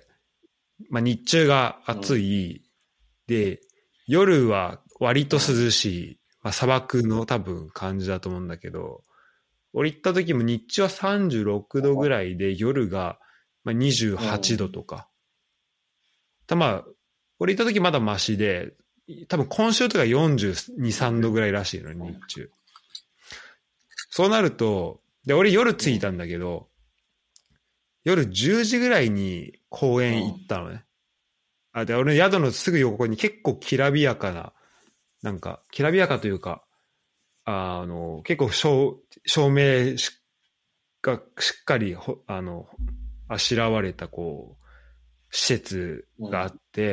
まあ日中が暑い、うん、で、夜は割と涼しい、うん、まあ、砂漠の多分感じだと思うんだけど、俺行った時も日中はさんじゅうろくどぐらいで、夜がまあにじゅうはちどとか。うん、たまあ、俺行った時まだマシで、多分今週とかよんじゅうに、さんどぐらいらしいの、日中。そうなると、で、俺夜着いたんだけど、夜じゅうじぐらいに公園行ったのね。あ、で、俺宿のすぐ横に結構きらびやかな、なんか、きらびやかというか、あの、結構照、照明がしっかり、あの、あしらわれた、こう、施設があって、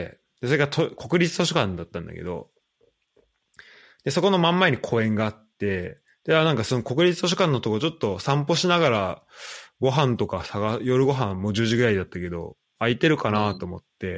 でそれがと国立図書館だったんだけど、で、そこの真ん前に公園があって、で、なんかその国立図書館のとこちょっと散歩しながら、ご飯とか探、夜ご飯もうじゅうじぐらいだったけど、空いてるかなと思って、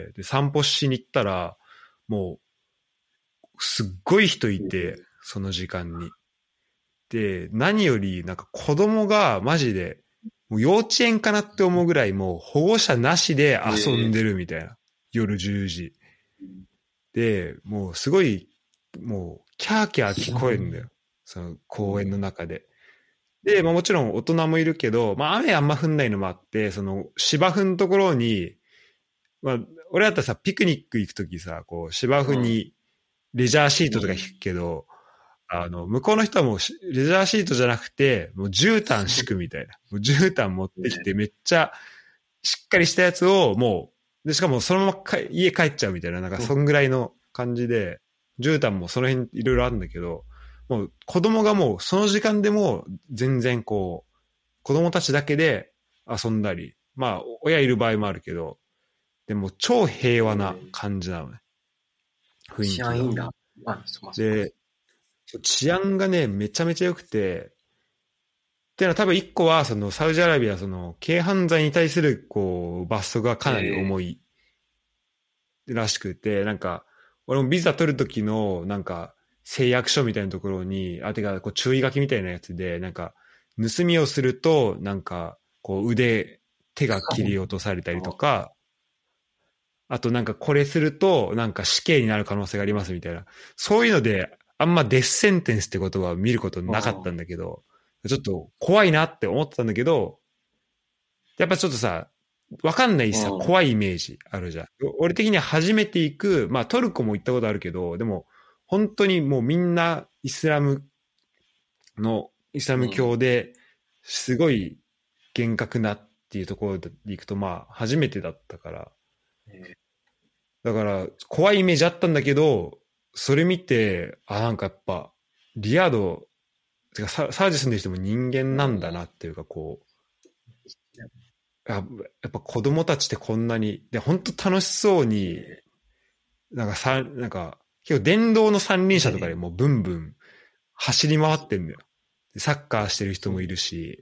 で、散歩しに行ったら、もう、すっごい人いて、その時間に。で、何より、なんか子供がマジで、もう幼稚園かなって思うぐらい、もう保護者なしで遊んでるみたいな。夜じゅうじ。で、もうすごい、もう、キャーキャー聞こえるんだよ。その公園の中で。で、まあもちろん大人もいるけど、まあ雨あんま降んないのもあって、その芝生のところに、まあ、俺だったらさ、ピクニック行くときさ、こう、芝生にレジャーシートとか引くけど、うん、あの、向こうの人はもう、レジャーシートじゃなくて、もう絨毯敷くみたいな。もう絨毯持ってきて、めっちゃ、しっかりしたやつを、もう、で、しかもそのままか家帰っちゃうみたいな、なんかそんぐらいの感じで、絨毯もその辺いろいろあるんだけど、もう子供がもうその時間でも全然こう、子供たちだけで遊んだり、まあ親いる場合もあるけど、でも超平和な感じなのね。雰囲気が。 治安いいんだ。あ、そうで、治安がね、めちゃめちゃ良くて、っていうのは多分一個は、そのサウジアラビア、その軽犯罪に対するこう罰則がかなり重いらしくて、なんか、俺もビザ取るときの、なんか、誓約書みたいなところに、あてか、こう注意書きみたいなやつで、なんか、盗みをすると、なんか、こう腕、手が切り落とされたりとか、あとなんかこれすると、なんか死刑になる可能性がありますみたいな。そういうので、あんまデスセンテンスって言葉を見ることなかったんだけど、ちょっと怖いなって思ってたんだけど、やっぱちょっとさ、わかんないしさ、怖いイメージあるじゃん。俺的には初めて行く、まあトルコも行ったことあるけど、でも本当にもうみんなイスラムの、イスラム教ですごい厳格なっていうところで行くと、まあ初めてだったから、だから怖いイメージあったんだけど、それ見て、あ、なんかやっぱリヤド、てかササウジ住んでる人も人間なんだなっていうか、こう、やっぱ子供たちってこんなに、で、本当楽しそうに、なんかさ、なんか、結構電動の三輪車とかでもうブンブン走り回ってんだよ。サッカーしてる人もいるし、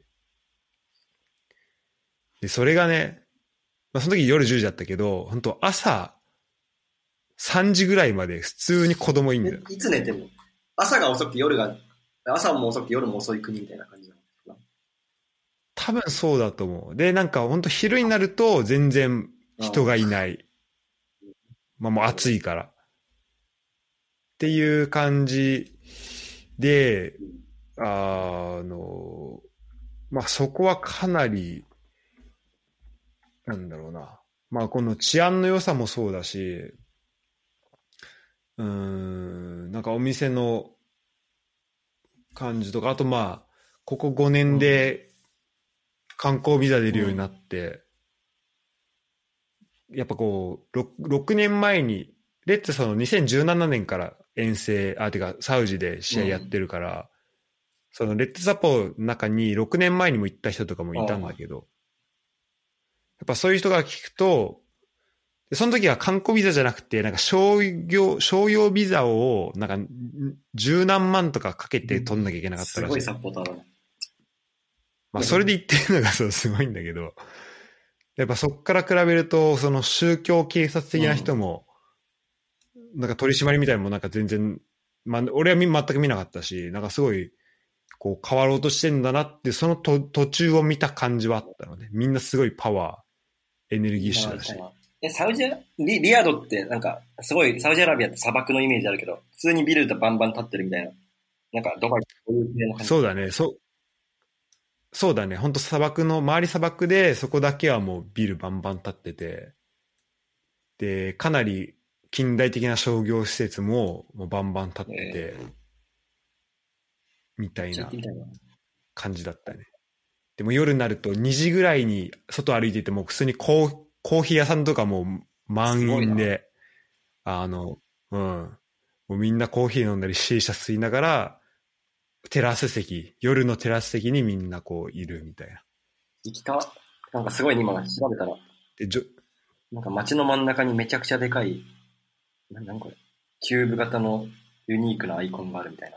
で、それがね、まあ、その時夜じゅうじだったけど、本当朝さんじぐらいまで普通に子供いんだよ。 いつ寝ても朝が遅くて夜が、朝も遅くて夜も遅い国みたいな感じなのかな。 多分そうだと思う。で、なんか本当昼になると全然人がいない。まあもう暑いから。っていう感じで、あの、まあそこはかなり、なんだろうな。まあこの治安の良さもそうだし、うーん、なんかお店の感じとか、あとまあ、ここごねんで観光ビザ出るようになって、うん、やっぱこう 6, ろくねんまえに、レッツそのにせんじゅうななねんから遠征、あ、てかサウジで試合やってるから、うん、そのレッツサポの中にろくねんまえにも行った人とかもいたんだけど、やっぱそういう人が聞くと、その時は観光ビザじゃなくて、なんか商業、商用ビザを、なんか、十何万とかかけて取んなきゃいけなかったらしい。 すごいサポーターだね。 まあ、それで言ってるのがそうすごいんだけど、やっぱそっから比べると、その宗教警察的な人も、なんか取り締まりみたいなのもなんか全然、まあ、俺は全く見なかったし、なんかすごい、こう変わろうとしてんだなって、そのと途中を見た感じはあったので、みんなすごいパワー、エネルギッシュだし。 え、サウジアリ、リヤドってなんか、すごい、サウジアラビアって砂漠のイメージあるけど、普通にビルとバンバン立ってるみたいな。なんか、ドバイそういう系の感じ。 そうだね、そう、そうだね、ほんと砂漠の、周り砂漠で、そこだけはもうビルバンバン立ってて、で、かなり近代的な商業施設ももうバンバン立ってて、えー、みたいな感じだったね。でも夜になるとにじぐらいに外歩いてても普通にコー、コーヒー屋さんとかも満員で、あの、うん。もうみんなコーヒー飲んだりシーシャ吸いながら、テラス席、夜のテラス席にみんなこういるみたいな。 行きた、なんかすごい今調べたら、 でじょなんか街の真ん中にめちゃくちゃでかいな、なんこれ。キューブ型のユニークなアイコンがあるみたいな。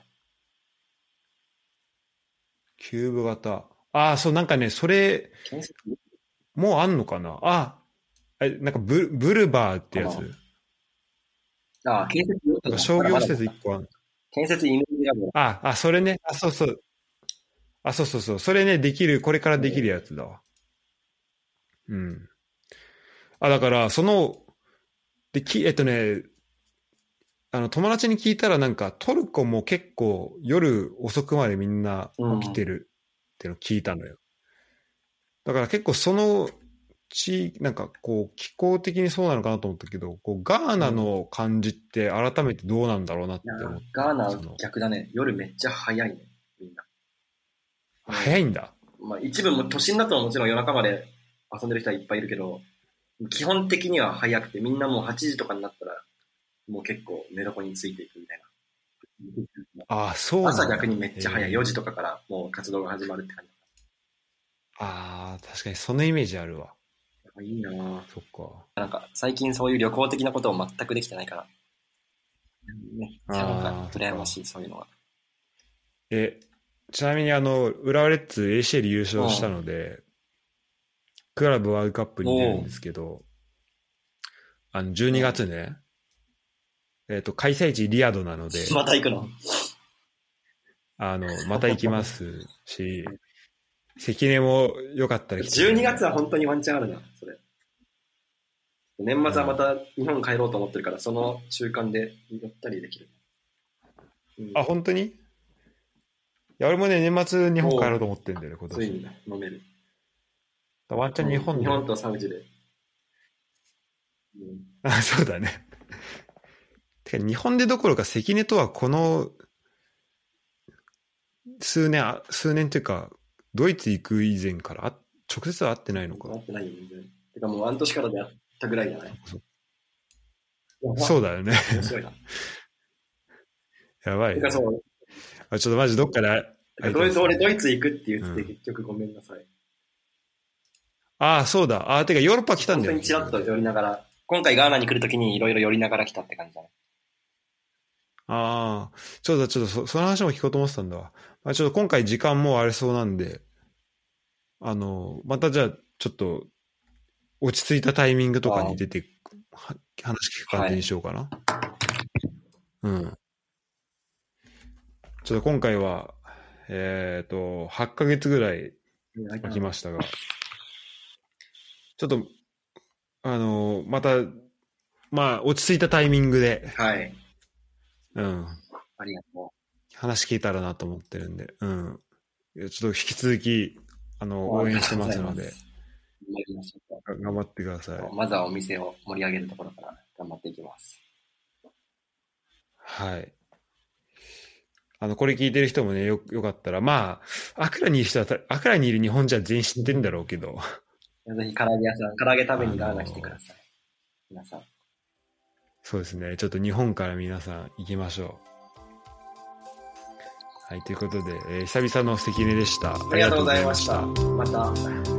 キューブ型。ああ、そう、なんかね、それ、もうあんのかなあ、え、なんかブ、ブルバーってやつ。 ああ、建設用なんか商業施設いっこある。 建設イメージラボ。 ああ、それね。あ、そうそう。あ、そうそうそう。それね、できる、これからできるやつだわ。うん。あ、だから、その、で、き、えっとね、あの、友達に聞いたらなんか、トルコも結構夜遅くまでみんな起きてるっていうのを聞いたのよ。だから結構その地、なんかこう、気候的にそうなのかなと思ったけど、こう、ガーナの感じって改めてどうなんだろうなって思って。 ガーナは逆だね。夜めっちゃ早いね、みんな。 早いんだ。 まあ一部も都心だともちろん夜中まで遊んでる人はいっぱいいるけど、基本的には早くてみんなもうはちじとかになったらもう結構寝床についていくみたいな。 ああ、そうなんだ。 朝逆にめっちゃ早い。よじとかからもう活動が始まるって感じ。 ああ、確かにそのイメージあるわ。 いいなぁ。 そっか。 なんか最近そういう旅行的なことを全くできてないから。めっちゃなんか羨ましい、そういうのは。 え、ちなみにあの、浦和レッズ エーシーエル 優勝したので、クラブワールドカップに出るんですけど、あの、じゅうにがつね、えっと、開催地リヤドなので、 また行くのあの、また行きますし、関根もよかったら来て、 じゅうにがつは本当にワンチャンあるな、それ。年末はまた日本帰ろうと思ってるから、うん、その習慣で寄ったりできる。 うん、あ、本当に？いや、俺もね、年末日本帰ろうと思ってるんだよね、今年。 ついに飲める。 ワンチャン日本で、 うん、日本とサウジで。うん、 あ、そうだね。てか、日本でどころか関根とはこの数年、数年っていうか、ドイツ行く以前からあ直接は会ってないのか。 会ってないよ、全然。てかもう半年からで会ったぐらいじゃない？ そうだよね。 面白いな。 やばい、ね。 てかそう。 あ、ちょっとマジどっかで。 俺ドイツ行くって言って結局ごめんなさい。うん、 ああ、そうだ。ああ、てかヨーロッパ来たんだよ。 本当にチラッと寄りながら。今回ガーナに来るときにいろいろ寄りながら来たって感じだね。 ああ、ちょっとちょっと そ, その話も聞こうと思ってたんだわ。まあ、ちょっと今回時間もあれそうなんで、あの、またじゃあちょっと落ち着いたタイミングとかに出て話聞く感じにしようかな。はい、うん。ちょっと今回は、えっと、はちかげつぐらい空きましたが、ちょっと、あの、また、まあ、落ち着いたタイミングで、 はい。 うん。 ありがとう。 話聞いたらなと思ってるんで、うん。ちょっと引き続き、あの、応援してますので、頑張ってください。 まずはお店を盛り上げるところから頑張っていきます。 はい。あの、これ聞いてる人もね、よ、よかったら、まあ、アクラにいる人は、アクラにいる日本人は全員知ってるんだろうけど。 ぜひ唐揚げ屋さん、唐揚げ食べにガーナ来てください。皆さん。 そうですね。ちょっと日本から皆さん行きましょう。はい、ということで、えー、久々の関根でした。 ありがとうございました。また。